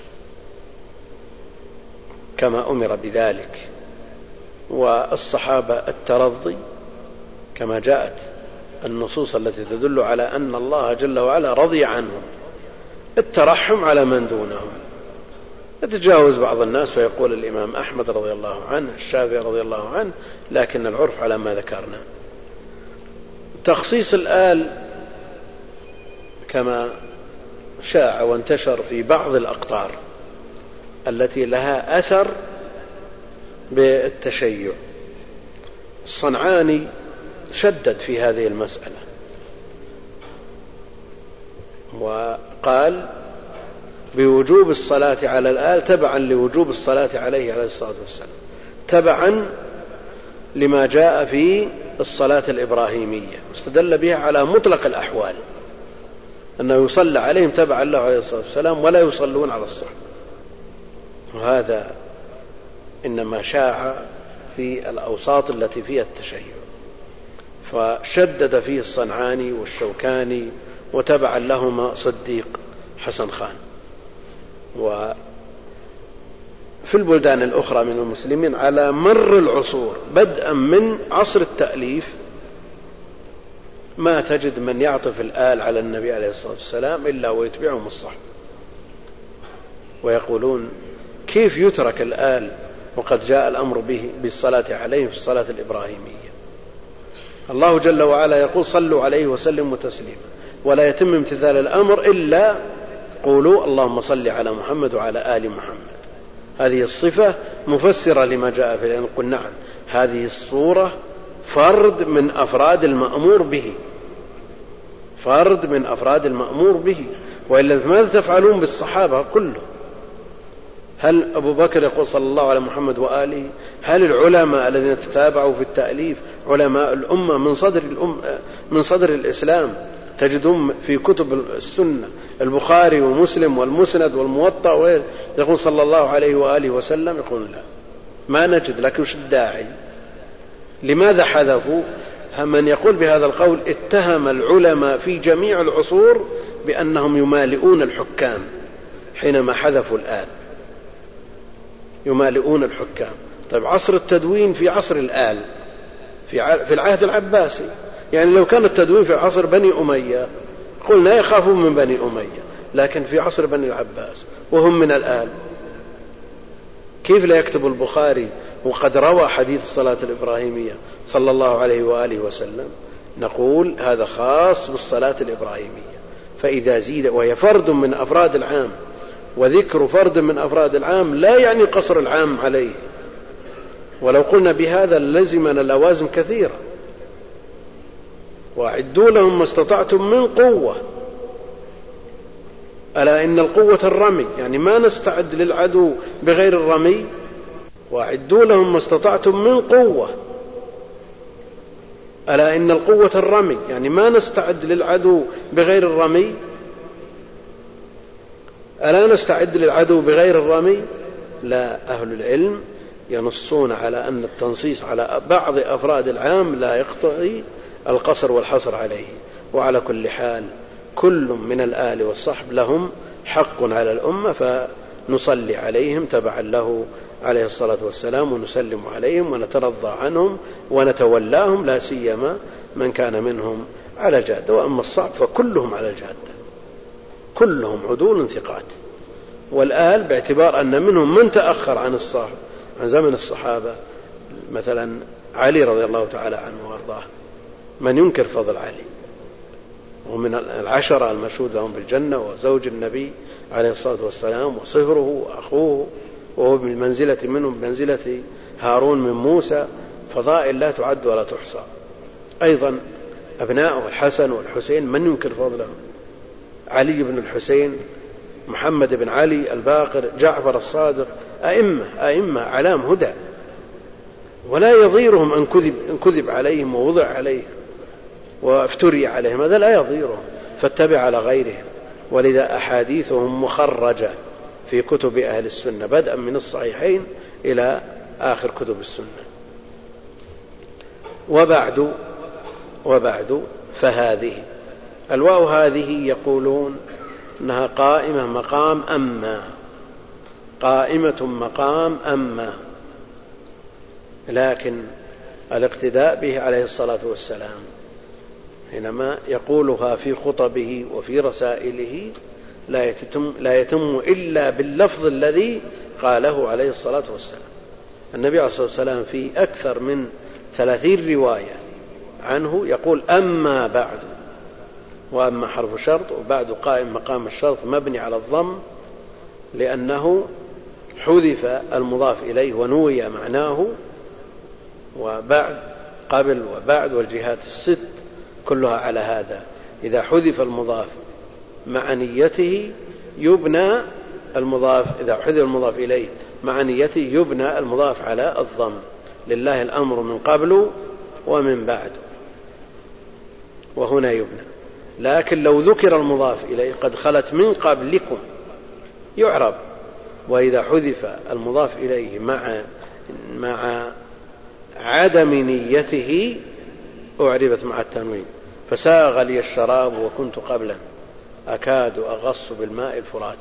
كما أمر بذلك. والصحابة الترضي كما جاءت النصوص التي تدل على أن الله جل وعلا رضي عنهم، الترحم على من دونهم. يتجاوز بعض الناس فيقول الإمام أحمد رضي الله عنه، الشافعي رضي الله عنه، لكن العرف على ما ذكرنا. تخصيص الآل كما شاع وانتشر في بعض الأقطار التي لها أثر بالتشيع. الصنعاني شدد في هذه المسألة وقال بوجوب الصلاة على الآل تبعا لوجوب الصلاة عليه عليه الصلاة والسلام، تبعا لما جاء في الصلاة الإبراهيمية، واستدل بها على مطلق الأحوال أنه يصلى عليهم تبعا له عليه الصلاة والسلام ولا يصلون على الصحب. وهذا إنما شاع في الأوساط التي فيها التشيع، فشدد فيه الصنعاني والشوكاني وتبعا لهما صديق حسن خان. وفي البلدان الأخرى من المسلمين على مر العصور بدءا من عصر التأليف ما تجد من يعطف الآل على النبي عليه الصلاة والسلام إلا ويتبعهم الصحب، ويقولون كيف يترك الآل وقد جاء الأمر به بالصلاة عليه في الصلاة الإبراهيمية. الله جل وعلا يقول صلوا عليه وسلموا تسليما، ولا يتم امتثال الأمر إلا قولوا اللهم صل على محمد وعلى آل محمد. هذه الصفة مفسرة لما جاء في الآن. نقول نعم، هذه الصورة فرد من أفراد المأمور به، فرد من أفراد المأمور به، وإلا ماذا تفعلون بالصحابة كله؟ هل أبو بكر يقول صلى الله على محمد وآله؟ هل العلماء الذين تتابعوا في التأليف علماء الأمة من صدر الأم من صدر الإسلام تجدون في كتب السنة البخاري ومسلم والمسند والموطأ وغيره يقول صلى الله عليه وآله وسلم، يقول لا ما نجد. لكن وش الداعي؟ لماذا حذفوا؟ من يقول بهذا القول اتهم العلماء في جميع العصور بأنهم يمالئون الحكام حينما حذفوا الآل، يمالئون الحكام. طيب عصر التدوين في عصر الآل في العهد العباسي، يعني لو كان التدوين في عصر بني أمية قلنا يخافون من بني أمية، لكن في عصر بني العباس وهم من الآل، كيف لا يكتب البخاري وقد روى حديث الصلاة الإبراهيمية صلى الله عليه وآله وسلم؟ نقول هذا خاص بالصلاة الإبراهيمية، فإذا زيد وهي فرد من أفراد العام، وذكر فرد من أفراد العام لا يعني قصر العام عليه. ولو قلنا بهذا لزمنا لوازم كثيرة. وأعدوا لهم ما استطعتم من قوة، ألا إن القوة الرمي، يعني ما نستعد للعدو بغير الرمي. وأعدوا لهم ما استطعتم من قوة، ألا إن القوة الرمي، يعني ما نستعد للعدو بغير الرمي. ألا نستعد للعدو بغير الرمي؟ لا، أهل العلم ينصون على أن التنصيص على بعض أفراد العام لا يقتضي القصر والحصر عليه. وعلى كل حال كل من الآل والصحب لهم حق على الأمة، فنصلي عليهم تبعا له عليه الصلاة والسلام، ونسلم عليهم ونترضى عنهم ونتولاهم، لا سيما من كان منهم على الجادة. وأما الصعب فكلهم على الجادة، كلهم عدول ثقات. والآل باعتبار أن منهم من تأخر عن الصحابة عن زمن الصحابة، مثلا علي رضي الله تعالى عنه وارضاه، من ينكر فضل علي؟ ومن العشرة المشهود لهم بالجنة، وزوج النبي عليه الصلاة والسلام، وصهره وأخوه، وهو بالمنزلة منهم بمنزلة هارون من موسى، فضائل لا تعد ولا تحصى. أيضا أبناءه الحسن والحسين، من ينكر فضلهم؟ علي بن الحسين، محمد بن علي الباقر، جعفر الصادق، أئمة أئمة أعلام هدى، ولا يضيرهم أن كذب, أن كذب عليهم ووضع عليهم وافتري عليهم، هذا لا يضيرهم، فاتبع على غيرهم. ولذا أحاديثهم مخرجة في كتب أهل السنة، بدءا من الصحيحين إلى آخر كتب السنة. وبعد وبعد فهذه الواو هذه يقولون أنها قائمة مقام أما، قائمة مقام أما، لكن الاقتداء به عليه الصلاة والسلام حينما يقولها في خطبه وفي رسائله لا يتم, لا يتم إلا باللفظ الذي قاله عليه الصلاة والسلام. النبي عليه الصلاة والسلام في أكثر من ثلاثين رواية عنه يقول أما بعد، وأما حرف شرط، وبعد قائم مقام الشرط مبني على الضم، لأنه حذف المضاف إليه ونوي معناه. وبعد قبل وبعد والجهات الست كلها على هذا، إذا حذف المضاف مع نيته يبنى المضاف، إذا حذف المضاف إليه مع نيته يبنى المضاف على الضم. لله الأمر من قبل ومن بعد، وهنا يبنى. لكن لو ذكر المضاف إليه قد خلت من قبلكم يعرب. وإذا حذف المضاف إليه مع مع عدم نيته أعربت مع التنوين، فساغ لي الشراب وكنت قبلا أكاد أغص بالماء الفرات.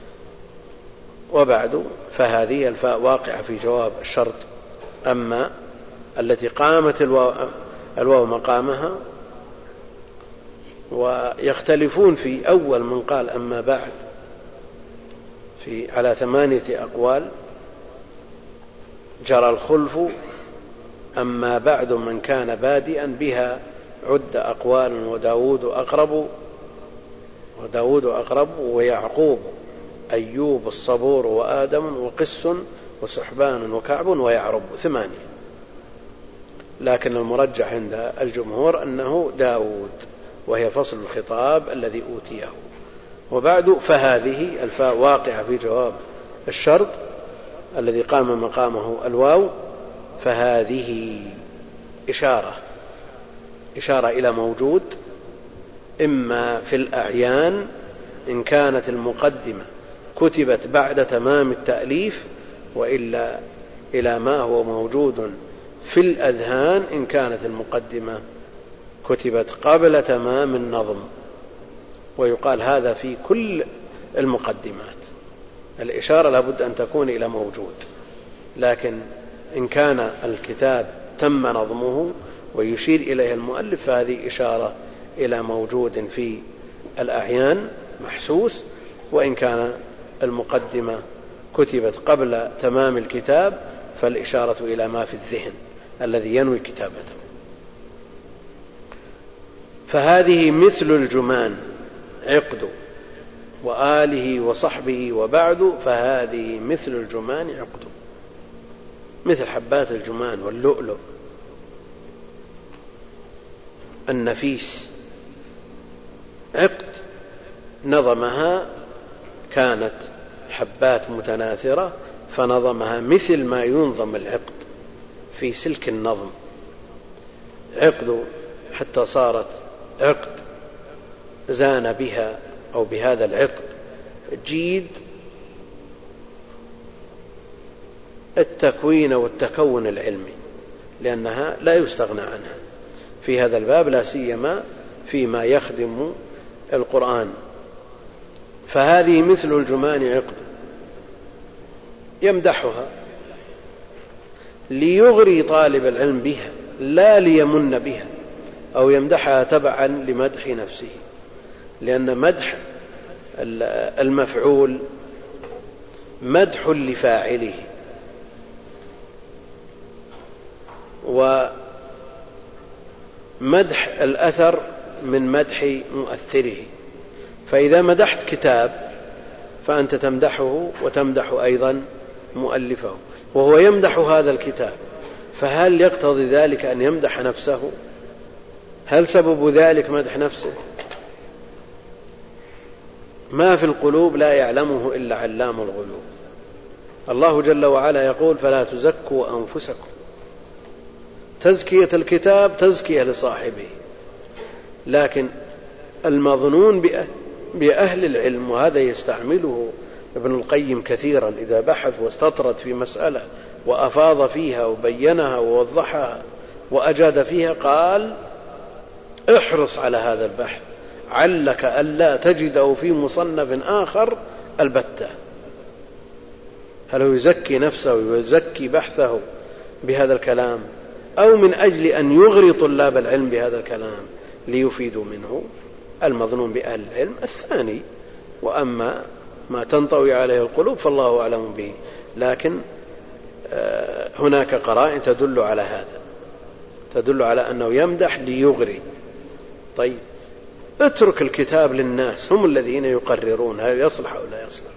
وبعد فهذه الفاء واقعة في جواب الشرط أما التي قامت الواو, الواو مقامها. ويختلفون في أول من قال أما بعد في على ثمانية أقوال، جرى الخلف. أما بعد من كان بادئا بها عد أقوال، وداود أقرب وداود أقرب ويعقوب أيوب الصبور وآدم وقس وسحبان وكعب ويعرب، ثمانية. لكن المرجح عند الجمهور أنه داود، وهي فصل الخطاب الذي أوتيه. وبعد فهذه الفاء واقعة في جواب الشرط الذي قام مقامه الواو. فهذه إشارة إشارة إلى موجود، إما في الأعيان إن كانت المقدمة كتبت بعد تمام التأليف، وإلا إلى ما هو موجود في الأذهان إن كانت المقدمة كتبت قبل تمام النظم. ويقال هذا في كل المقدمات، الإشارة لابد أن تكون إلى موجود، لكن إن كان الكتاب تم نظمه ويشير إليه المؤلف فهذه إشارة إلى موجود في الأعيان محسوس. وإن كان المقدمة كتبت قبل تمام الكتاب فالإشارة إلى ما في الذهن الذي ينوي كتابته. فهذه مثل الجمان عقد وآله وصحبه وبعد، فهذه مثل الجمان عقد، مثل حبات الجمان واللؤلؤ النفيس، عقد نظمها، كانت حبات متناثرة فنظمها مثل ما ينظم العقد في سلك النظم، عقد حتى صارت عقد زان بها أو بهذا العقد جيد التكوين والتكون العلمي، لأنها لا يستغنى عنها في هذا الباب، لا سيما فيما يخدم القرآن. فهذه مثل الجمان عقد يمدحها ليغري طالب العلم بها لا ليمن بها أو يمدحها تبعا لمدح نفسه، لأن مدح المفعول مدح لفاعله، ومدح الأثر من مدح مؤثره. فإذا مدحت كتاب فأنت تمدحه وتمدح أيضا مؤلفه، وهو يمدح هذا الكتاب، فهل يقتضي ذلك أن يمدح نفسه؟ هل سبب ذلك مدح نفسه؟ ما في القلوب لا يعلمه إلا علام الغيوب. الله جل وعلا يقول فلا تزكوا أنفسكم، تزكية الكتاب تزكية لصاحبه، لكن المظنون بأهل العلم، وهذا يستعمله ابن القيم كثيرا إذا بحث واستطرد في مسألة وأفاض فيها وبينها ووضحها وأجاد فيها، قال احرص على هذا البحث علك ألا تجده في مصنف آخر البتة. هل هو يزكي نفسه ويزكي بحثه بهذا الكلام، أو من أجل أن يغري طلاب العلم بهذا الكلام ليفيدوا منه؟ المظنون بأهل العلم الثاني، وأما ما تنطوي عليه القلوب فالله أعلم به، لكن هناك قرائن تدل على هذا، تدل على أنه يمدح ليغري. طيب اترك الكتاب للناس، هم الذين يقررون هل يصلح أو لا يصلح.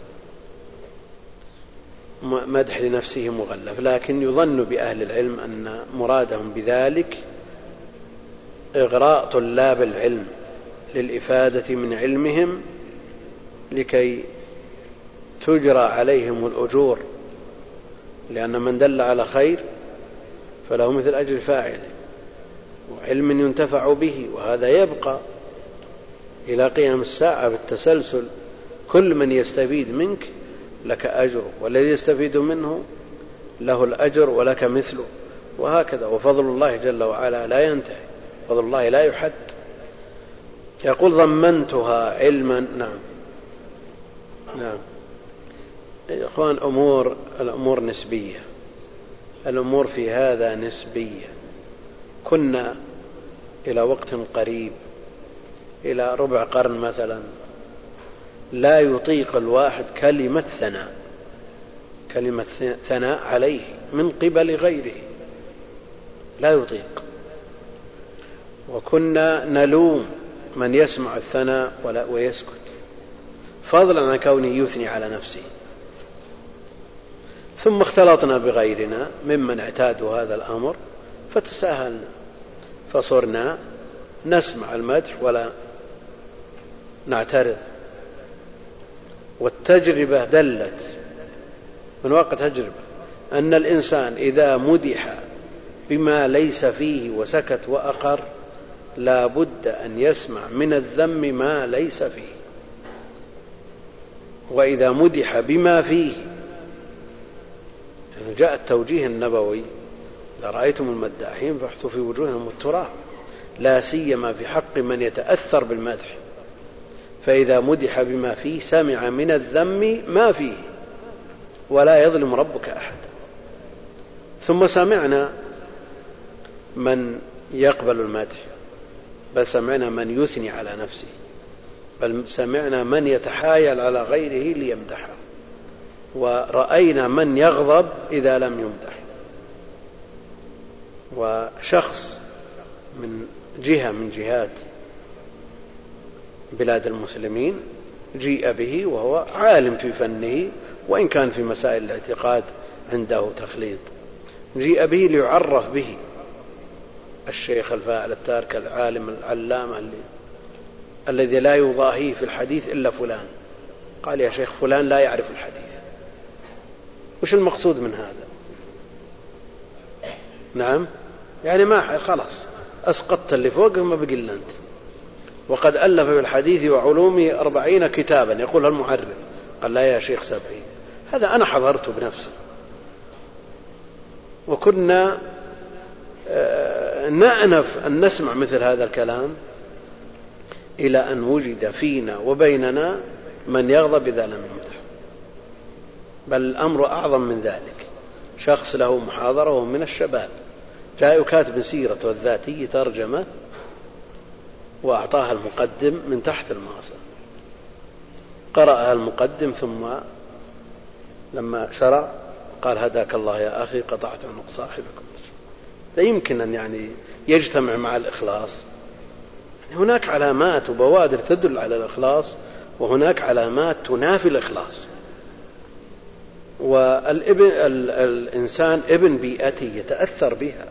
مدح لنفسه مغلف، لكن يظن بأهل العلم أن مرادهم بذلك إغراء طلاب العلم للإفادة من علمهم لكي تجرى عليهم الأجور، لأن من دل على خير فله مثل أجر فاعله، وعلم ينتفع به، وهذا يبقى إلى قيام الساعة بالتسلسل. كل من يستفيد منك لك أجر، والذي يستفيد منه له الأجر ولك مثله، وهكذا. وفضل الله جل وعلا لا ينتهي، فضل الله لا يحد. يقول ضمنتها علما. نعم نعم يا إخوان، أمور الأمور نسبية، الأمور في هذا نسبية. كنا إلى وقت قريب، إلى ربع قرن مثلا، لا يطيق الواحد كلمة ثناء، كلمة ثناء عليه من قبل غيره، لا يطيق. وكنا نلوم من يسمع الثناء ولا ويسكت، فضلا عن كونه يثني على نفسه. ثم اختلطنا بغيرنا ممن اعتادوا هذا الأمر فتساهلنا، فصرنا نسمع المدح ولا نعترض. والتجربة دلت من واقع تجربة أن الإنسان إذا مدح بما ليس فيه وسكت وأقر لا بد أن يسمع من الذم ما ليس فيه. وإذا مدح بما فيه، يعني جاء التوجيه النبوي: إذا رأيتم المداحين فاحثوا في وجوههم التراب، لا سيما في حق من يتأثر بالمدح. فإذا مدح بما فيه سمع من الذم ما فيه، ولا يظلم ربك أحد. ثم سمعنا من يقبل المدح، بل سمعنا من يثني على نفسه، بل سمعنا من يتحايل على غيره ليمدحه، ورأينا من يغضب إذا لم يمدح. وشخص من جهة من جهات بلاد المسلمين جيء به وهو عالم في فنه، وإن كان في مسائل الاعتقاد عنده تخليط، جيء به ليعرف به الشيخ الفاعل التارك العالم العلامة اللي الذي لا يضاهيه في الحديث إلا فلان. قال: يا شيخ فلان لا يعرف الحديث. وش المقصود من هذا؟ نعم، يعني ما خلاص أسقطت اللي فوق ما بقي إلا أنت. وقد ألف في الحديث وعلومه أربعين كتابا يقول المحرر. قال: لا يا شيخ سبعين. هذا أنا حضرته بنفسي، وكنا نأنف أن نسمع مثل هذا الكلام، إلى أن وجد فينا وبيننا من يغضب إذا لم يمدح. بل الأمر أعظم من ذلك. شخص له محاضرة وهو من الشباب، جاء كاتب سيرته الذاتية ترجمة وأعطاها المقدم من تحت المعصى، قرأها المقدم، ثم لما شرع قال: هداك الله يا أخي، قطعت عنق صاحبكم. لا يمكن أن يعني يجتمع مع الإخلاص. هناك علامات وبوادر تدل على الإخلاص، وهناك علامات تنافي الإخلاص. والابن الإنسان ابن بيئته يتأثر بها،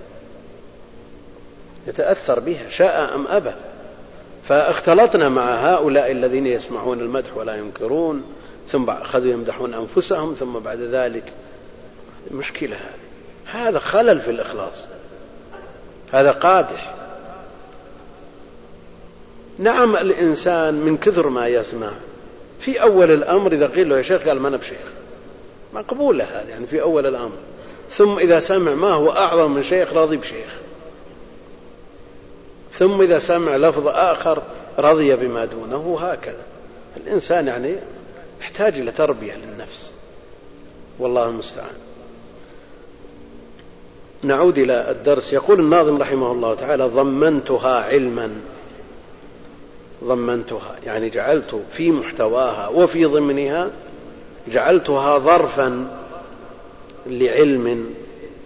يتأثر بها شاء أم أبى. فاختلطنا مع هؤلاء الذين يسمعون المدح ولا ينكرون، ثم أخذوا يمدحون أنفسهم، ثم بعد ذلك مشكلة. هذا هذا خلل في الإخلاص، هذا قادح. نعم، الإنسان من كثر ما يسمع في أول الأمر إذا قيل له يا شيخ قال: ما أنا بشيخ، مقبولة هذا يعني في أول الأمر. ثم إذا سمع ما هو أعظم من شيخ راضي بشيخ، ثم إذا سمع لفظ آخر رضي بما دونه. هكذا الإنسان يعني يحتاج إلى تربية للنفس، والله المستعان. نعود إلى الدرس. يقول الناظم رحمه الله تعالى: ضمنتها علما. ضمنتها يعني جعلت في محتواها وفي ضمنها، جعلتها ظرفا لعلم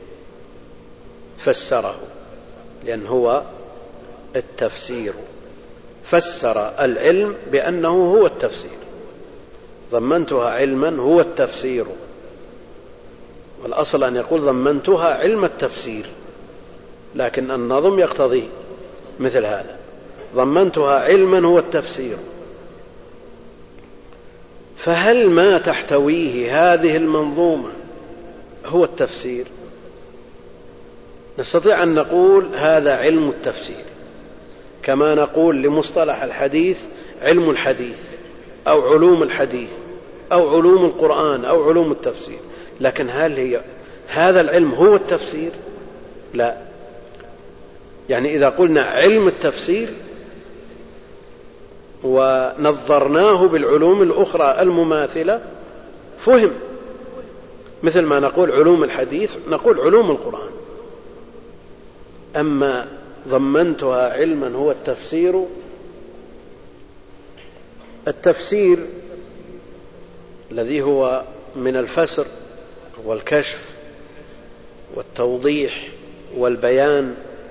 فسره، لأن هو التفسير، فسر العلم بأنه هو التفسير. ضمنتها علما هو التفسير، والأصل أن يقول ضمنتها علم التفسير، لكن النظم يقتضي مثل هذا: ضمنتها علما هو التفسير. فهل ما تحتويه هذه المنظومة هو التفسير؟ نستطيع أن نقول هذا علم التفسير، كما نقول لمصطلح الحديث علم الحديث أو علوم الحديث أو علوم القرآن أو علوم التفسير. لكن هل هي هذا العلم هو التفسير؟ لا. يعني إذا قلنا علم التفسير ونظرناه بالعلوم الأخرى المماثلة فهم، مثل ما نقول علوم الحديث نقول علوم القرآن. أما ضمنتها علما هو التفسير، التفسير الذي هو من الفسر والكشف والتوضيح والبيان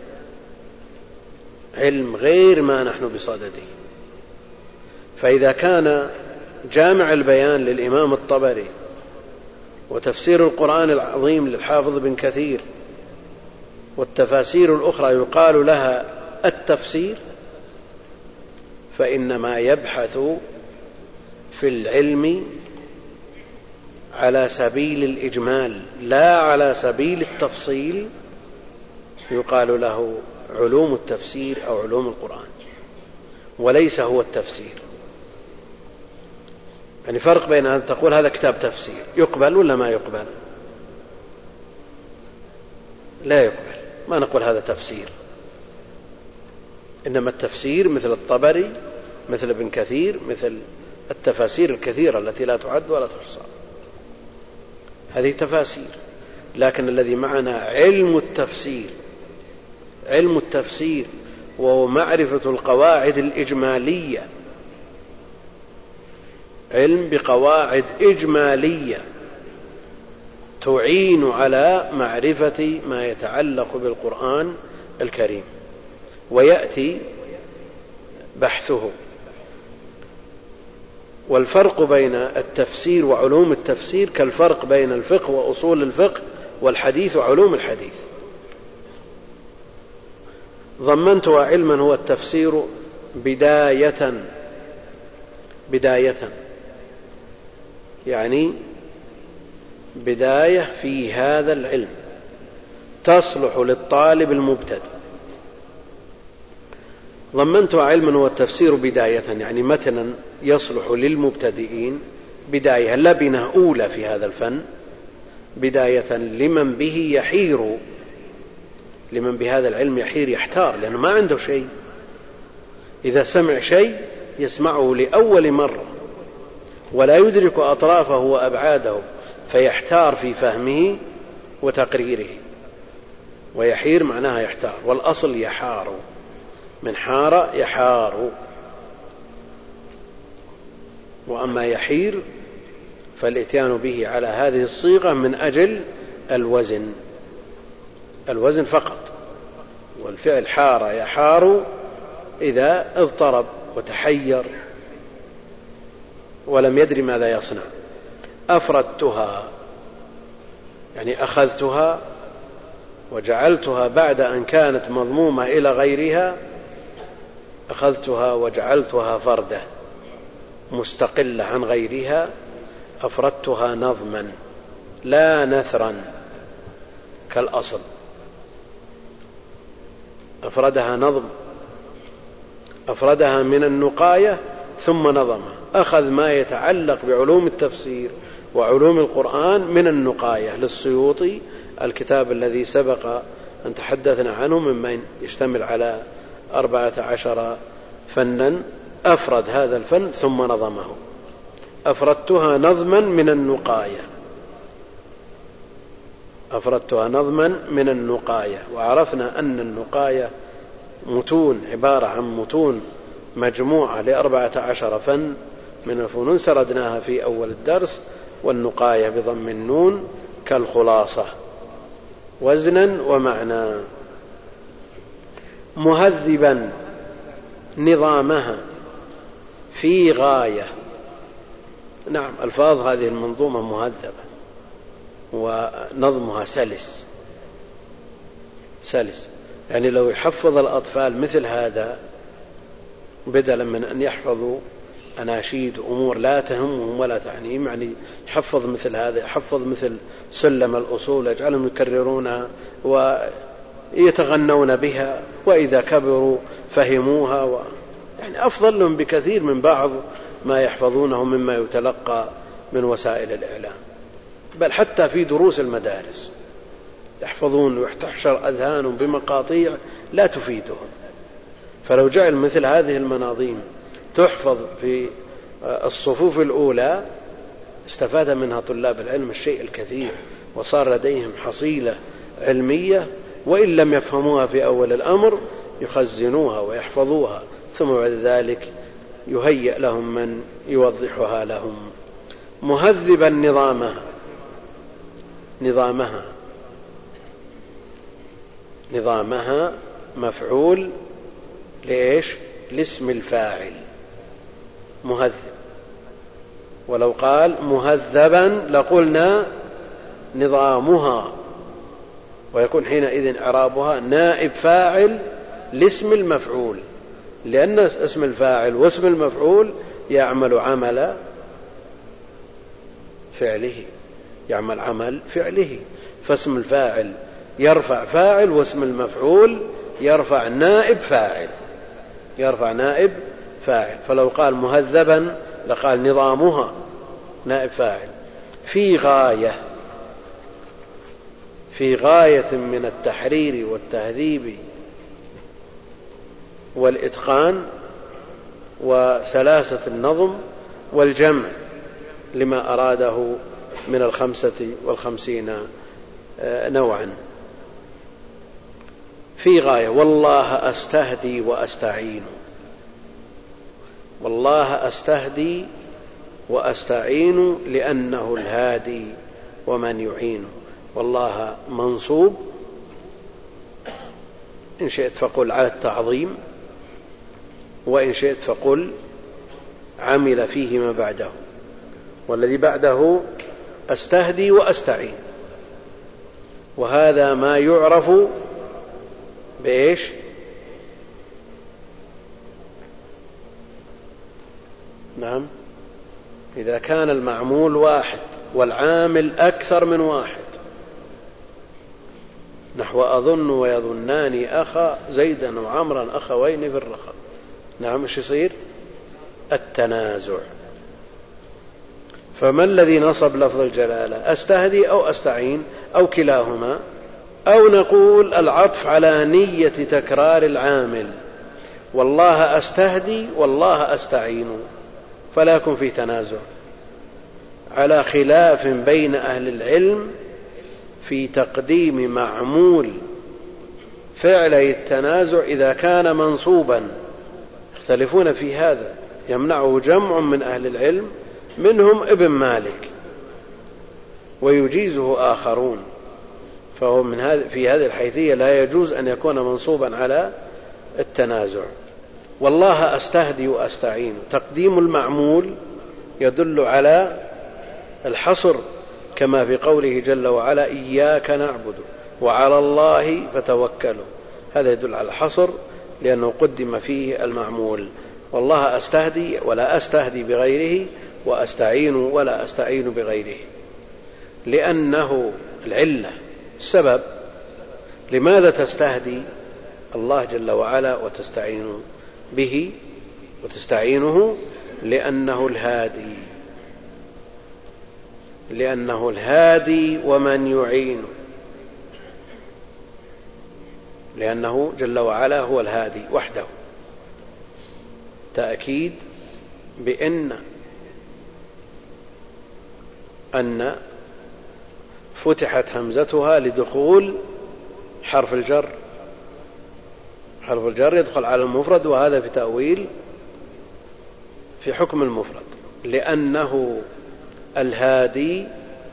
علم غير ما نحن بصدده. فإذا كان جامع البيان للإمام الطبري وتفسير القرآن العظيم للحافظ بن كثير والتفاسير الأخرى يقال لها التفسير، فإنما يبحث في العلم على سبيل الإجمال لا على سبيل التفصيل، يقال له علوم التفسير أو علوم القرآن، وليس هو التفسير. يعني فرق بين أن تقول هذا كتاب تفسير يقبل ولا ما يقبل؟ لا يقبل، ما نقول هذا تفسير. إنما التفسير مثل الطبري، مثل ابن كثير، مثل التفاسير الكثيرة التي لا تعد ولا تحصى، هذه تفاسير. لكن الذي معنا علم التفسير، علم التفسير وهو معرفة القواعد الإجمالية، علم بقواعد إجمالية تعين على معرفة ما يتعلق بالقرآن الكريم، ويأتي بحثه. والفرق بين التفسير وعلوم التفسير كالفرق بين الفقه وأصول الفقه والحديث وعلوم الحديث. ضمنتها علما هو التفسير بداية بداية يعني بداية في هذا العلم تصلح للطالب المبتدئ. ضمنتها علما هو التفسير بداية يعني متنا يصلح للمبتدئين، بداية لبنة أولى في هذا الفن، بداية لمن به يحير، لمن بهذا العلم يحير يحتار، لأنه ما عنده شيء. إذا سمع شيء يسمعه لأول مرة ولا يدرك أطرافه وأبعاده، فيحتار في فهمه وتقريره. ويحير معناها يحتار، والأصل يحار، من حار يحار. وأما يحير فالإتيان به على هذه الصيغة من أجل الوزن، الوزن فقط. والفعل حار يحار إذا اضطرب وتحير ولم يدري ماذا يصنع. أفردتها يعني أخذتها وجعلتها بعد أن كانت مضمومة إلى غيرها، أخذتها وجعلتها فردة مستقلة عن غيرها، أفردتها نظما لا نثرا كالأصل. أفردها نظم، أفردها من النقاية ثم نظمها. أخذ ما يتعلق بعلوم التفسير وعلوم القرآن من النقاية للسيوطي، الكتاب الذي سبق أن تحدثنا عنه مما يشتمل على أربعة عشر فنا. أفرد هذا الفن ثم نظمه. أفردتها نظما من النقاية، أفردتها نظما من النقاية. وعرفنا أن النقاية متون، عبارة عن متون مجموعة لأربعة عشر فن من الفنون سردناها في أول الدرس. والنقاية بضم النون كالخلاصة وزنا ومعنى. مهذبا نظامها في غاية. نعم، ألفاظ هذه المنظومة مهذبة ونظمها سلس سلس. يعني لو يحفظ الأطفال مثل هذا بدلا من أن يحفظوا أناشيد أمور لا تهمهم ولا تعنيهم، يعني يحفظ مثل هذا، يحفظ مثل سلم الأصول، يجعلهم يكررونها ويتغنون بها، وإذا كبروا فهموها و... يعني أفضل لهم بكثير من بعض ما يحفظونه مما يتلقى من وسائل الإعلام. بل حتى في دروس المدارس يحفظون وتحشر أذهانهم بمقاطيع لا تفيدهم. فلو جعل مثل هذه المناظيم تحفظ في الصفوف الأولى استفاد منها طلاب العلم الشيء الكثير، وصار لديهم حصيلة علمية، وإن لم يفهموها في أول الأمر يخزنوها ويحفظوها، ثم بعد ذلك يهيئ لهم من يوضحها لهم. مهذبا نظامها، نظامها نظامها مفعول لإيش؟ لاسم الفاعل مهذب. ولو قال مهذبا لقلنا نظامها، ويكون حينئذ إعرابها نائب فاعل لاسم المفعول، لأن اسم الفاعل واسم المفعول يعمل عمل فعله، يعمل عمل فعله. فاسم الفاعل يرفع فاعل، واسم المفعول يرفع نائب فاعل، يرفع نائب فاعل. فلو قال مهذبا لقال نظامها نائب فاعل. في غاية، في غاية من التحرير والتهذيب والإتقان وسلاسة النظم والجمع لما أراده من الخمسة والخمسين نوعا. في غاية. والله أستهدي وأستعين، والله أستهدي وأستعين لأنه الهادي ومن يعين. والله منصوب، إن شئت فقل على التعظيم، وإن شئت فقل عمل فيه ما بعده، والذي بعده أستهدي وأستعين. وهذا ما يعرف بإيش؟ نعم، إذا كان المعمول واحد والعامل أكثر من واحد، نحو أظن ويظنان أخا زيدا وعمرا أخوين في الرخاء. نعم، إيش يصير؟ التنازع. فما الذي نصب لفظ الجلالة؟ أستهدي أو أستعين أو كلاهما، أو نقول العطف على نية تكرار العامل، والله أستهدي والله أستعين، فلا يكون في تنازع، على خلاف بين أهل العلم في تقديم معمول فعلي التنازع إذا كان منصوبا، يختلفون في هذا، يمنعه جمع من أهل العلم منهم ابن مالك ويجيزه آخرون، فهو من هذا في هذه الحيثية لا يجوز أن يكون منصوبا على التنازع. والله أستهدي وأستعين، تقديم المعمول يدل على الحصر، كما في قوله جل وعلا إياك نعبد وعلى الله فتوكلوا، هذا يدل على الحصر لأنه قدم فيه المعمول. والله أستهدي ولا أستهدي بغيره، وأستعين ولا أستعين بغيره، لأنه العلة السبب. لماذا تستهدي الله جل وعلا وتستعين به وتستعينه؟ لأنه الهادي، لأنه الهادي ومن يعين، لأنه جل وعلا هو الهادي وحده. تأكيد بأن أن فتحت همزتها لدخول حرف الجر، حرف الجر يدخل على المفرد، وهذا في تأويل في حكم المفرد، لأنه الهادي،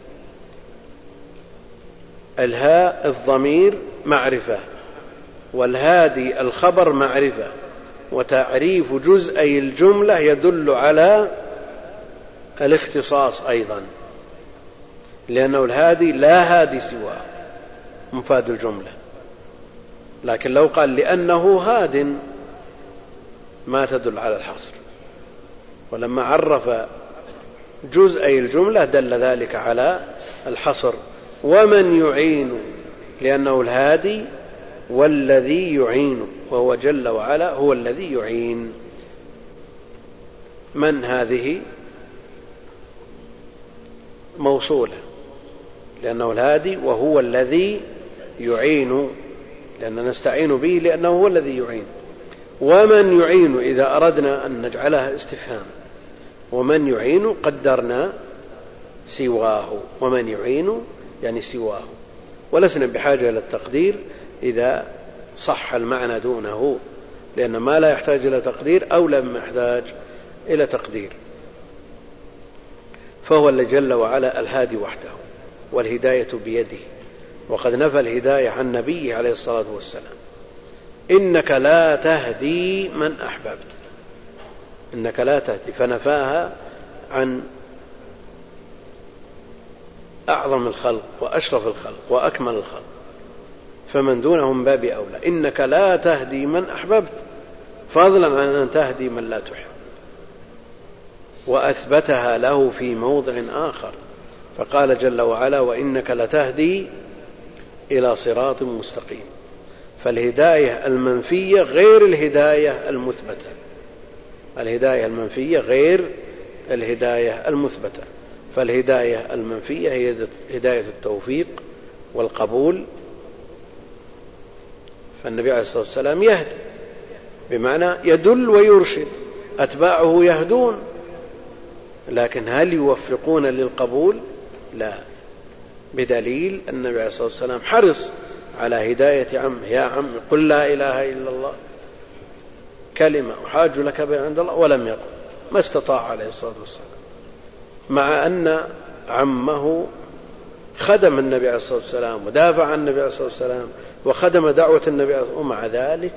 الهاء الضمير معرفة، والهادي الخبر معرفة، وتعريف جزئي الجملة يدل على الاختصاص أيضا، لأنه الهادي لا هادي سواه مفاد الجملة. لكن لو قال لأنه هاد ما تدل على الحصر، ولما عرف جزئي الجملة دل ذلك على الحصر. ومن يعين، لأنه الهادي والذي يعين، وهو جل وعلا هو الذي يعين. من هذه موصولة، لأنه الهادي وهو الذي يعين، لأننا نستعين به لأنه هو الذي يعين. ومن يعين إذا أردنا أن نجعلها استفهام، ومن يعين قدرنا سواه، ومن يعين يعني سواه، ولسنا بحاجة إلى التقدير إذا صح المعنى دونه، لأن ما لا يحتاج إلى تقدير أو لم يحتاج إلى تقدير. فهو اللي جل وعلا الهادي وحده، والهداية بيده، وقد نفى الهداية عن نبيه عليه الصلاة والسلام: إنك لا تهدي من أحببت، إنك لا تهدي، فنفاها عن أعظم الخلق وأشرف الخلق وأكمل الخلق، فمن دونهم باب أولى. إنك لا تهدي من أحببت، فضلا عن أن تهدي من لا تحب. وأثبتها له في موضع آخر فقال جل وعلا: وإنك لتهدي إلى صراط مستقيم. فالهداية المنفية غير الهداية المثبتة، الهداية المنفية غير الهداية المثبتة. فالهداية المنفية هي هداية التوفيق والقبول، فالنبي عليه الصلاة والسلام يهدي بمعنى يدل ويرشد، أتباعه يهدون، لكن هل يوفقون للقبول؟ لا، بدليل النبي عليه الصلاة والسلام حرص على هداية عمه: يا عم قل لا إله إلا الله كلمة أحاج لك بها عند الله، ولم يقل، ما استطاع عليه الصلاة والسلام، مع أن عمه خدم النبي عليه الصلاة والسلام ودافع عن النبي عليه الصلاة والسلام وخدم دعوة النبي عليه الصلاة والسلام، ومع ذلك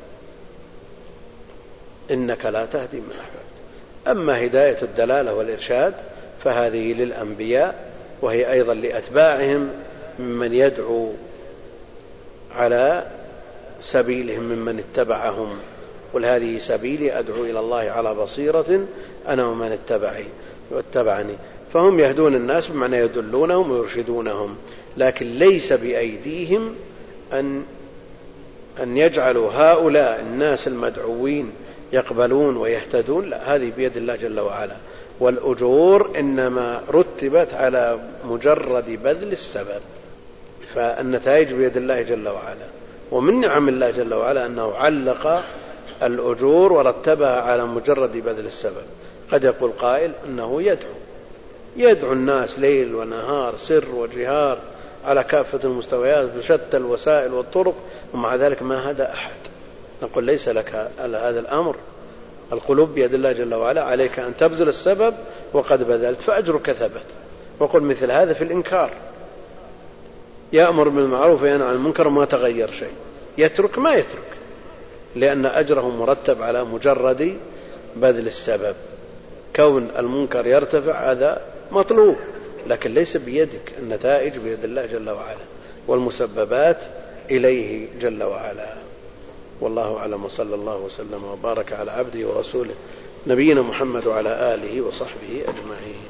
إنك لا تهدي من أحببت. أما هداية الدلالة والإرشاد فهذه للأنبياء، وهي أيضا لأتباعهم ممن يدعو على سبيلهم ممن اتبعهم. قل هذه سبيلي أدعو إلى الله على بصيرة أنا ومن اتبعي واتبعني. فهم يهدون الناس بمعنى يدلونهم ويرشدونهم، لكن ليس بأيديهم أن أن يجعلوا هؤلاء الناس المدعوين يقبلون ويهتدون، لا، هذه بيد الله جل وعلا. والأجور إنما رتبت على مجرد بذل السبب، فالنتائج بيد الله جل وعلا. ومن نعم الله جل وعلا أنه علق الأجور ورتبها على مجرد بذل السبب. قد يقول قائل أنه يدعو يدعو الناس ليل ونهار سر وجهار على كافة المستويات بشتى الوسائل والطرق، ومع ذلك ما هدى أحد. نقول ليس لك هذا الأمر، القلوب بيد الله جل وعلا، عليك أن تبذل السبب وقد بذلت فأجرك ثبت. وقل مثل هذا في الإنكار: يأمر بالمعروف وينهى عن المنكر وما تغير شيء، يترك ما يترك، لأن أجره مرتب على مجرد بذل السبب. كون المنكر يرتفع هذا مطلوب، لكن ليس بيدك، النتائج بيد الله جل وعلا والمسببات إليه جل وعلا. والله أعلم، وصلى الله وسلم وبارك على عبده ورسوله نبينا محمد وعلى آله وصحبه أجمعين.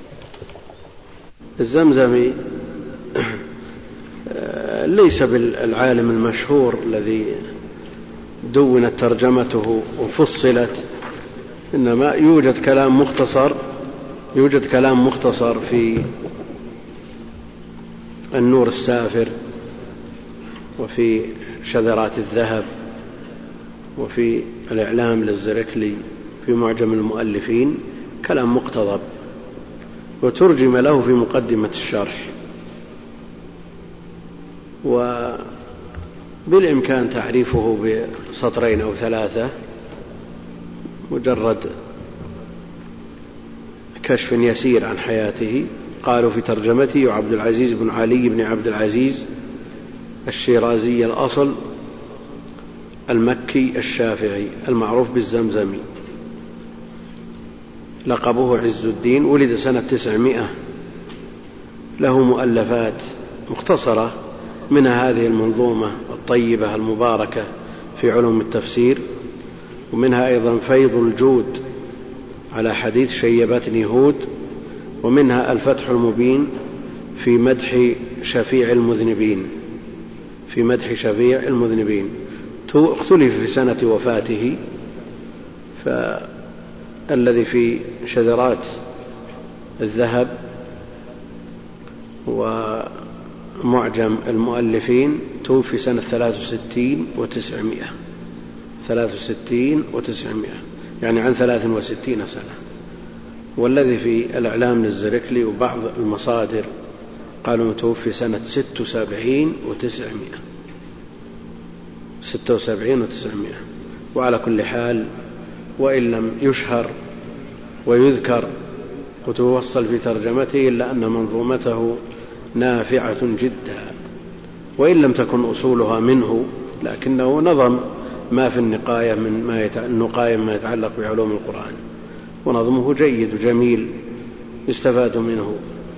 الزمزمي ليس بالعالم المشهور الذي دونت ترجمته وفصلت، إنما يوجد كلام مختصر يوجد كلام مختصر في النور السافر، وفي شذرات الذهب، وفي الإعلام للزركلي، في معجم المؤلفين، كلام مقتضب، وترجم له في مقدمة الشرح. وبالإمكان تعريفه بسطرين أو ثلاثة، مجرد كشف يسير عن حياته. قالوا في ترجمته: عبد العزيز بن علي بن عبد العزيز الشيرازي الأصل المكي الشافعي المعروف بالزمزمي، لقبه عز الدين، ولد سنة تسعمائة، له مؤلفات مختصرة، منها هذه المنظومة الطيبة المباركة في علوم التفسير، ومنها أيضا فيض الجود على حديث شيبتني هود، ومنها الفتح المبين في مدح شفيع المذنبين في مدح شفيع المذنبين اختلف في سنة وفاته، فالذي في شذرات الذهب ومعجم المؤلفين توفي سنة ثلاث وستين وتسعمائة ثلاث وستين وتسعمائة يعني عن ثلاث وستين سنة. والذي في الإعلام للزركلي وبعض المصادر قالوا متوفي سنة ست وسبعين وتسعمائة ستة وسبعين وتسعمائة. وعلى كل حال، وإن لم يشهر ويذكر وتوصل في ترجمته، إلا أن منظومته نافعة جدا، وإن لم تكن أصولها منه، لكنه نظم ما في النقاية من ما يتع... النقاية ما يتعلق بعلوم القرآن، ونظمه جيد وجميل يستفاد منه.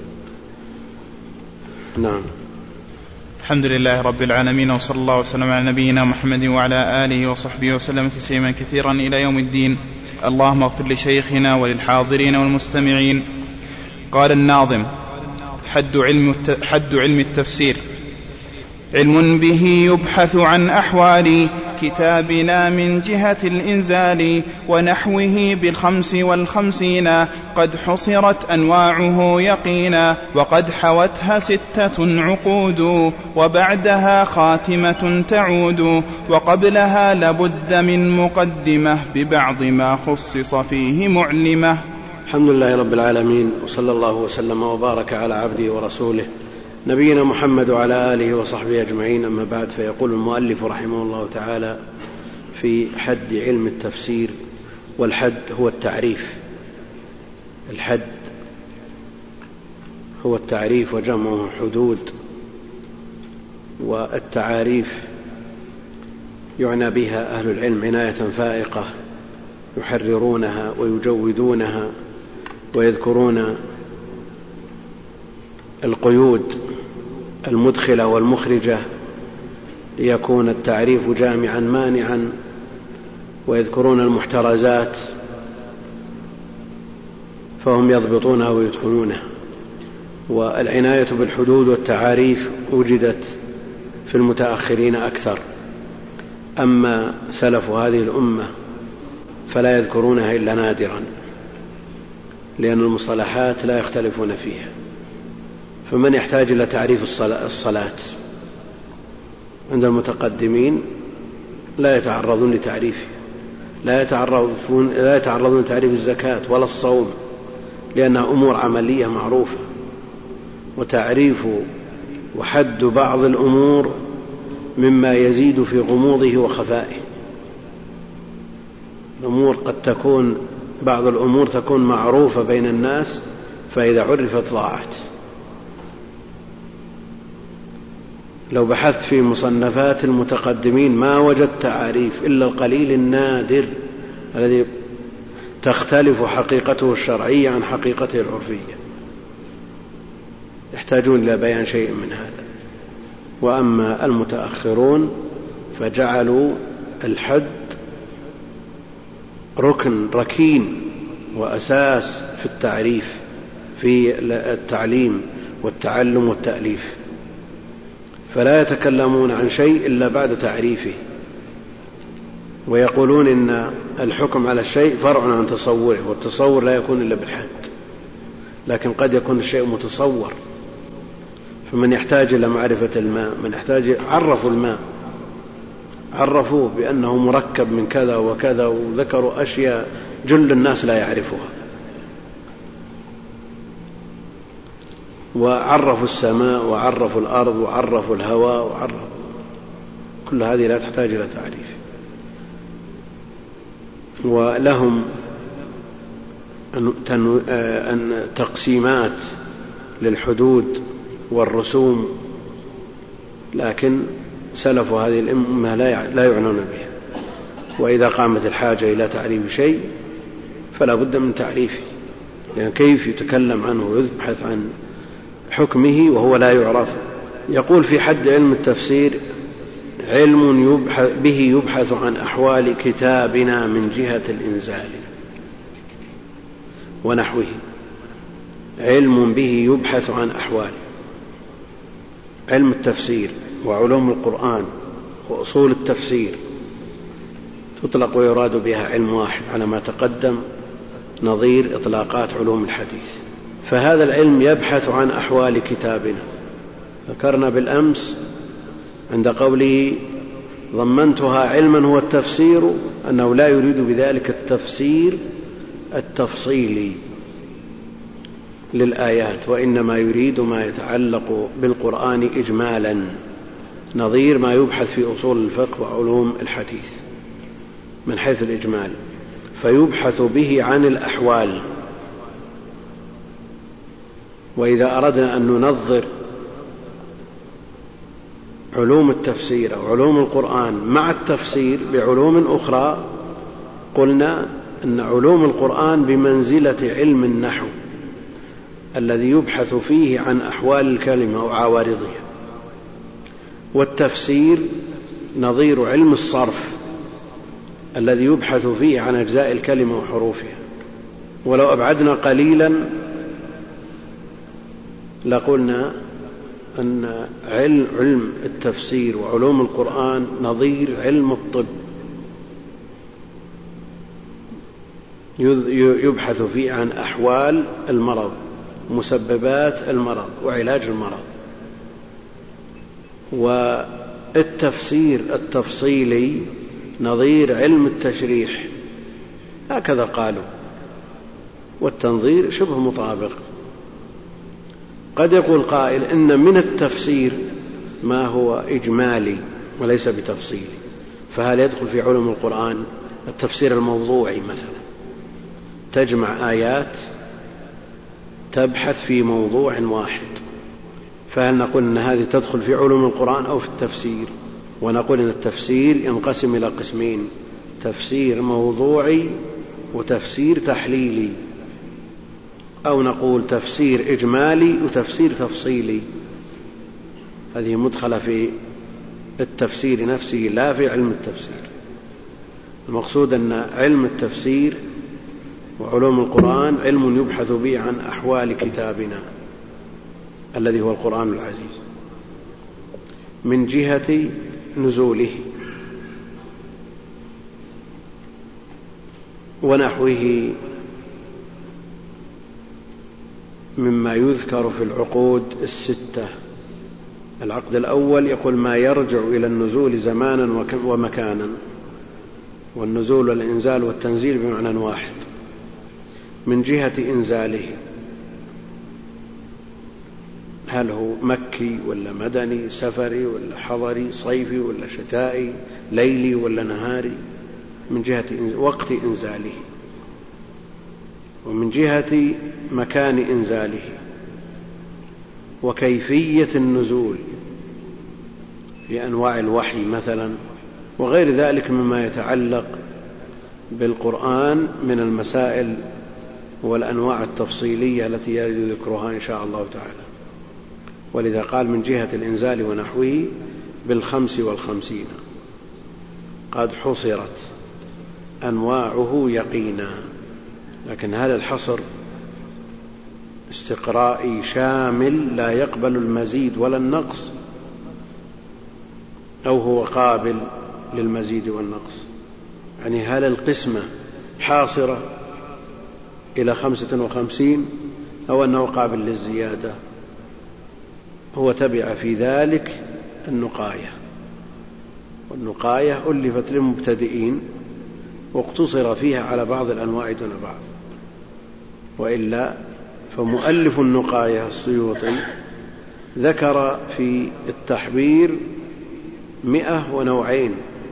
نعم. الحمد لله رب العالمين، وصلى الله وسلم على نبينا محمد وعلى آله وصحبه وسلم تسليما كثيرا إلى يوم الدين. اللهم اغفر لشيخنا وللحاضرين والمستمعين. قال الناظم: حد علم, حد علم التفسير علم به يبحث عن أحوال كتابنا من جهة الإنزال ونحوه بالخمس والخمسين قد حصرت أنواعه يقينا وقد حوتها ستة عقود وبعدها خاتمة تعود وقبلها لابد من مقدمة ببعض ما خصص فيه معلمة. الحمد لله رب العالمين، وصلى الله وسلم وبارك على عبده ورسوله نبينا محمد وعلى آله وصحبه أجمعين. أما بعد، فيقول المؤلف رحمه الله تعالى في حد علم التفسير: والحد هو التعريف. الحد هو التعريف وجمعه حدود، والتعاريف يعنى بها أهل العلم عناية فائقة يحررونها ويجودونها ويذكرون القيود المدخلة والمخرجة ليكون التعريف جامعا مانعا، ويذكرون المحترزات فهم يضبطونها ويتقنونها. والعناية بالحدود والتعاريف وجدت في المتأخرين أكثر، أما سلف هذه الأمة فلا يذكرونها إلا نادرا، لأن المصطلحات لا يختلفون فيها. فمن يحتاج إلى تعريف الصلاة عند المتقدمين لا يتعرضون لتعريفه، لا يتعرضون لا يتعرضون لتعريف الزكاة ولا الصوم، لأنها أمور عملية معروفة. وتعريف وحد بعض الأمور مما يزيد في غموضه وخفائه. الأمور قد تكون بعض الأمور تكون معروفة بين الناس، فإذا عرفت ضاعت. لو بحثت في مصنفات المتقدمين ما وجدت تعاريف إلا القليل النادر الذي تختلف حقيقته الشرعية عن حقيقته العرفية، يحتاجون إلى بيان شيء من هذا. وأما المتأخرون فجعلوا الحد ركن ركين وأساس في التعريف في التعليم والتعلم والتأليف، فلا يتكلمون عن شيء إلا بعد تعريفه، ويقولون إن الحكم على الشيء فرع عن تصوره، والتصور لا يكون إلا بالحد، لكن قد يكون الشيء متصور. فمن يحتاج إلى معرفة الماء، من يحتاج عرفوا الماء، عرفوه بأنه مركب من كذا وكذا، وذكروا أشياء جل الناس لا يعرفها. وعرفوا السماء وعرفوا الأرض وعرفوا الهواء وعرفوا كل هذه لا تحتاج إلى تعريف. ولهم أن تقسيمات للحدود والرسوم، لكن سلف هذه الأمة لا يعنون بها. وإذا قامت الحاجة إلى تعريف شيء فلا بد من تعريفه، لأن كيف يتكلم عنه ويبحث عن حكمه وهو لا يعرف. يقول في حد علم التفسير: علم يبحث به يبحث عن أحوال كتابنا من جهة الإنزال ونحوه. علم به يبحث عن أحوال. علم التفسير وعلوم القرآن وأصول التفسير تطلق ويراد بها علم واحد على ما تقدم، نظير إطلاقات علوم الحديث. فهذا العلم يبحث عن أحوال كتابنا. ذكرنا بالأمس عند قوله ضمنتها علما هو التفسير أنه لا يريد بذلك التفسير التفصيلي للآيات، وإنما يريد ما يتعلق بالقرآن إجمالا، نظير ما يبحث في أصول الفقه وعلوم الحديث من حيث الإجمال. فيبحث به عن الأحوال. وإذا أردنا أن ننظر علوم التفسير أو علوم القرآن مع التفسير بعلوم أخرى، قلنا أن علوم القرآن بمنزلة علم النحو الذي يبحث فيه عن أحوال الكلمة وعوارضها، والتفسير نظير علم الصرف الذي يبحث فيه عن أجزاء الكلمة وحروفها. ولو أبعدنا قليلا لقلنا أن علم, علم التفسير وعلوم القرآن نظير علم الطب، يبحث فيه عن أحوال المرض، مسببات المرض، وعلاج المرض. والتفسير التفصيلي نظير علم التشريح، هكذا قالوا، والتنظير شبه مطابق. قد يقول قائل إن من التفسير ما هو إجمالي وليس بتفصيلي، فهل يدخل في علوم القرآن التفسير الموضوعي مثلا، تجمع آيات تبحث في موضوع واحد، فهل نقول أن هذه تدخل في علوم القرآن أو في التفسير؟ ونقول أن التفسير ينقسم إلى قسمين: تفسير موضوعي وتفسير تحليلي، أو نقول تفسير إجمالي وتفسير تفصيلي. هذه مدخلة في التفسير نفسه لا في علم التفسير. المقصود أن علم التفسير وعلوم القرآن علم يبحث به عن أحوال كتابنا الذي هو القرآن العزيز من جهة نزوله ونحوه مما يذكر في العقود الستة. العقد الأول يقول ما يرجع إلى النزول زمانا ومكانا، والنزول والإنزال والتنزيل بمعنى واحد. من جهة إنزاله هل هو مكي ولا مدني، سفري ولا حضري، صيفي ولا شتائي، ليلي ولا نهاري، من جهة وقت إنزاله. ومن جهة مكان إنزاله وكيفية النزول في أنواع الوحي مثلا، وغير ذلك مما يتعلق بالقرآن من المسائل والأنواع التفصيلية التي يرد ذكرها إن شاء الله تعالى. ولذا قال من جهة الإنزال ونحوه بالخمس والخمسين قد حصرت أنواعه يقينا. لكن هذا الحصر استقرائي شامل لا يقبل المزيد ولا النقص، أو هو قابل للمزيد والنقص. يعني هل القسمة حاصرة إلى خمسة وخمسين أو أنه قابل للزيادة؟ هو تبع في ذلك النقاية، والنقاية ألفت للمبتدئين واقتصر فيها على بعض الأنواع دون بعض، وإلا فمؤلف النقاية السيوطي ذكر في التحبير مئة ونوعين،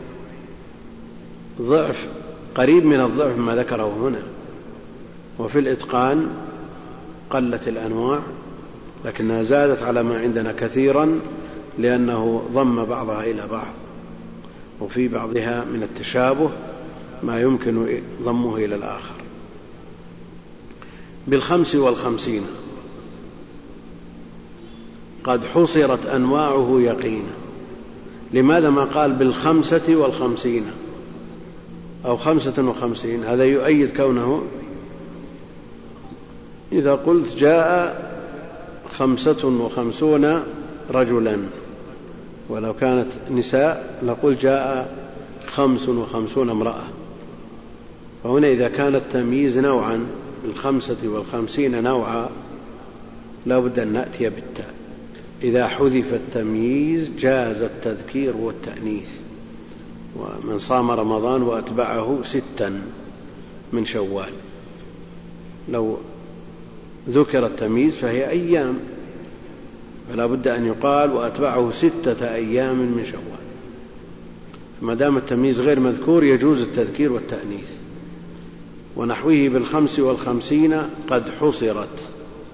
ضعف قريب من الضعف ما ذكره هنا. وفي الإتقان قلت الأنواع لكنها زادت على ما عندنا كثيرا، لأنه ضم بعضها إلى بعض، وفي بعضها من التشابه ما يمكن ضمه إلى الآخر. بالخمس والخمسين قد حصرت أنواعه يقينا. لماذا ما قال بالخمسة والخمسين أو خمسة وخمسين؟ هذا يؤيد كونه إذا قلت جاء خمسة وخمسون رجلا، ولو كانت نساء لقل جاء خمس وخمسون امرأة. فهنا إذا كان التمييز نوعا بالخمسة والخمسين نوعا لا بد أن نأتي بالتاء. إذا حذف التمييز جاز التذكير والتأنيث. ومن صام رمضان وأتبعه ستا من شوال، لو ذكر التمييز فهي أيام، فلا بد أن يقال وأتبعه ستة أيام من شوال. ما دام التمييز غير مذكور يجوز التذكير والتأنيث. ونحوه بالخمس والخمسين قد حصرت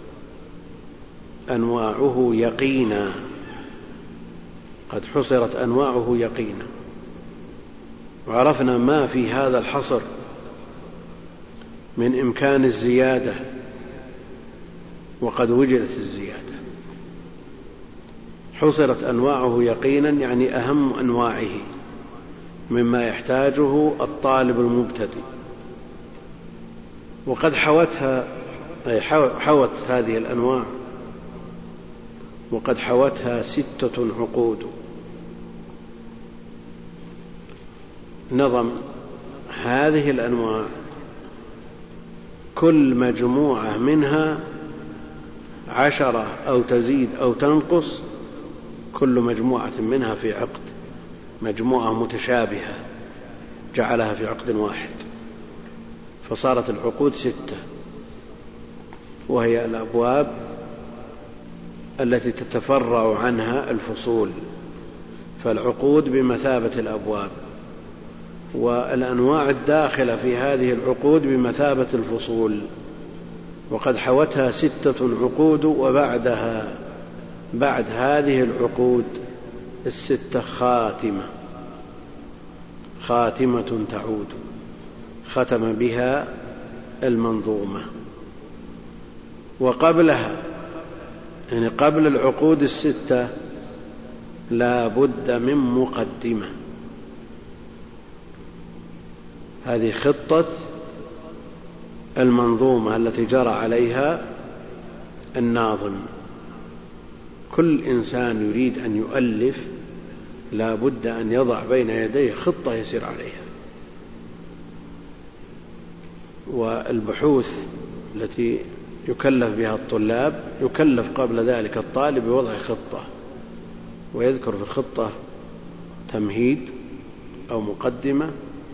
أنواعه يقينا. قد حصرت أنواعه يقينا. وعرفنا ما في هذا الحصر من إمكان الزيادة، وقد وجدت الزيادة. حصرت أنواعه يقينا يعني أهم أنواعه مما يحتاجه الطالب المبتدئ. وقد حوتها أي حوت هذه الأنواع وقد حوتها ستة عقود. نظم هذه الأنواع كل مجموعة منها عشرة أو تزيد أو تنقص، كل مجموعة منها في عقد، مجموعة متشابهة جعلها في عقد واحد، فصارت العقود ستة، وهي الأبواب التي تتفرع عنها الفصول، فالعقود بمثابة الأبواب، والأنواع الداخلة في هذه العقود بمثابة الفصول. وقد حوتها ستة عقود، وبعدها بعد هذه العقود الستة خاتمة، خاتمة تعود، ختم بها المنظومة. وقبلها يعني قبل العقود الستة لا بد من مقدمة. هذه خطة المنظومة التي جرى عليها الناظم. كل إنسان يريد أن يؤلف لا بد أن يضع بين يديه خطة يسير عليها. والبحوث التي يكلف بها الطلاب يكلف قبل ذلك الطالب بوضع خطة، ويذكر في الخطة تمهيد أو مقدمة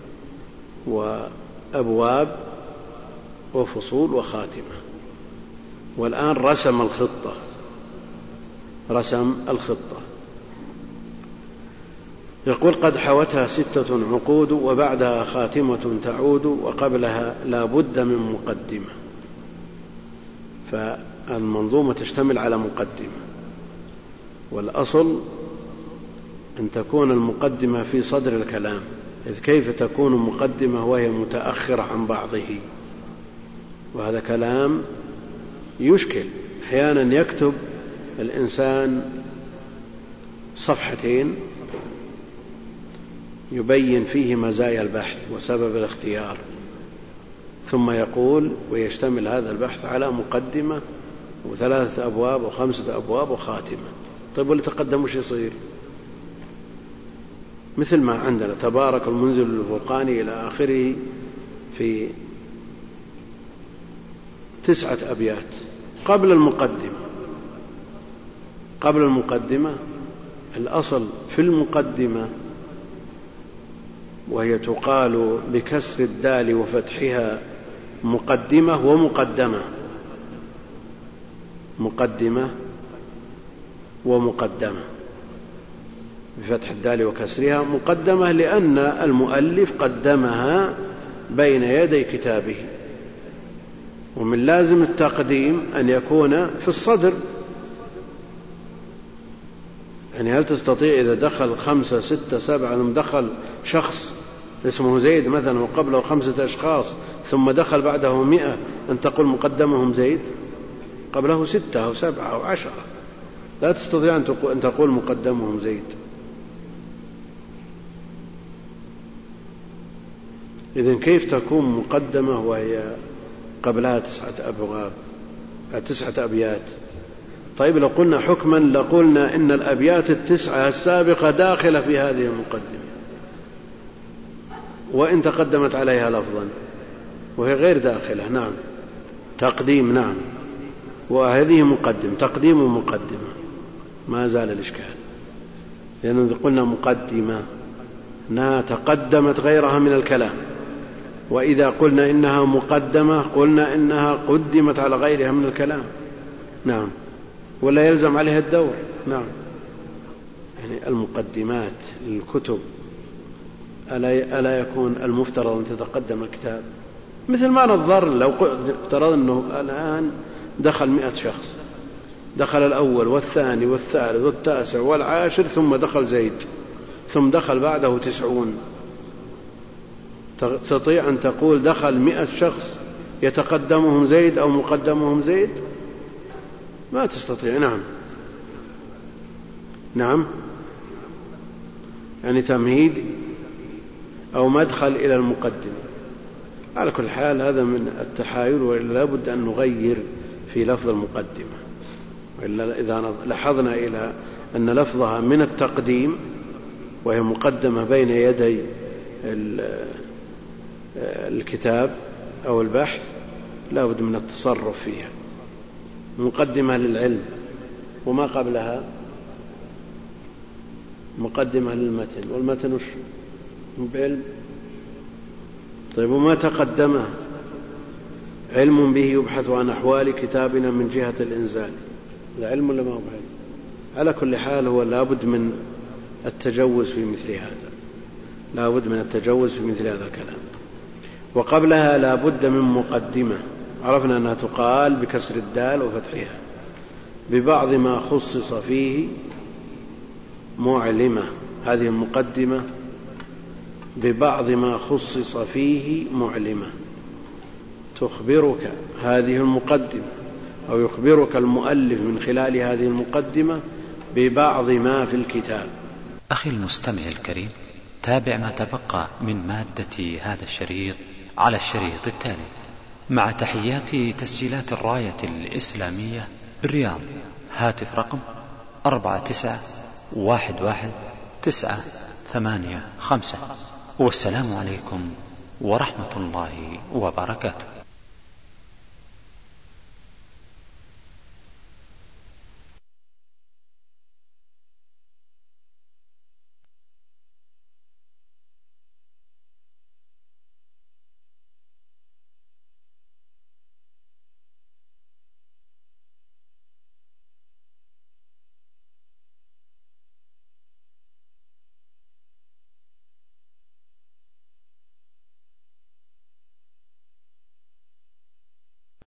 وأبواب وفصول وخاتمة. والآن رسم الخطة، رسم الخطة. يقول قد حوتها ستة عقود، وبعدها خاتمة تعود، وقبلها لا بد من مقدمة. فالمنظومة تشتمل على مقدمة، والأصل أن تكون المقدمة في صدر الكلام، إذ كيف تكون مقدمة وهي متأخرة عن بعضه؟ وهذا كلام يشكل. أحيانا يكتب الإنسان صفحتين يبين فيه مزايا البحث وسبب الاختيار، ثم يقول ويشتمل هذا البحث على مقدمة وثلاثة أبواب وخمسة أبواب وخاتمة. طيب واللي تقدم وش يصير؟ مثل ما عندنا تبارك المنزل الفرقان إلى آخره في تسعة أبيات قبل المقدمة. قبل المقدمة الأصل في المقدمة، وهي تقال بكسر الدال وفتحها مقدمة ومقدمة، مقدمة ومقدمة بفتح الدال وكسرها، مقدمة لأن المؤلف قدمها بين يدي كتابه. ومن لازم التقديم أن يكون في الصدر. يعني هل تستطيع إذا دخل خمسة ستة سبعة ثم دخل شخص اسمه زيد مثلا وقبله خمسة أشخاص ثم دخل بعده مئة أن تقول مقدمهم زيد؟ قبله ستة أو سبعة أو عشرة، لا تستطيع أن تقول مقدمهم زيد. إذن كيف تكون مقدمة وهي قبلها تسعة أبواب تسعة أبيات؟ طيب لو قلنا حكما لقلنا إن الأبيات التسعة السابقة داخلة في هذه المقدمة، وإن تقدمت عليها لفظا، وهي غير داخلة. نعم تقديم، نعم، وهذه مقدم، تقديم ومقدمة، ما زال الإشكال. لأنه قلنا مقدمة أنها تقدمت غيرها من الكلام، وإذا قلنا إنها مقدمة قلنا إنها قدمت على غيرها من الكلام. نعم، ولا يلزم عليها الدور. نعم، يعني المقدمات للكتب ألا, ألا يكون المفترض أن تتقدم الكتاب؟ مثل ما نظر لو افترض أنه الآن دخل مئة شخص، دخل الأول والثاني والثالث والتاسع والعاشر ثم دخل زيد، ثم دخل بعده تسعون، تستطيع أن تقول دخل مئة شخص يتقدمهم زيد أو مقدمهم زيد؟ ما تستطيع. نعم نعم، يعني تمهيد أو مدخل إلى المقدمة. على كل حال هذا من التحايل، ولا بد أن نغير في لفظ المقدمة. وإلا إذا لاحظنا إلى أن لفظها من التقديم وهي مقدمة بين يدي الكتاب أو البحث لا بد من التصرف فيها، مقدمة للعلم، وما قبلها مقدمة للمتن، والمتن وش بعلم. طيب وما تقدمه علم به يبحث عن أحوال كتابنا من جهة الإنزال، لا علم ولا ما هو علم؟ على كل حال هو لابد من التجوز في مثل هذا، لابد من التجوز في مثل هذا الكلام. وقبلها لابد من مقدمة، عرفنا أنها تقال بكسر الدال وفتحها، ببعض ما خصص فيه معلمة. هذه المقدمة ببعض ما خصص فيه معلمة، تخبرك هذه المقدمة أو يخبرك المؤلف من خلال هذه المقدمة ببعض ما في الكتاب. أخي المستمع الكريم، تابع ما تبقى من مادة هذا الشريط على الشريط التالي، مع تحيات تسجيلات الراية الإسلامية بالرياض. هاتف رقم أربعة تسعة واحد واحد تسعة ثمانية خمسة. والسلام عليكم ورحمة الله وبركاته.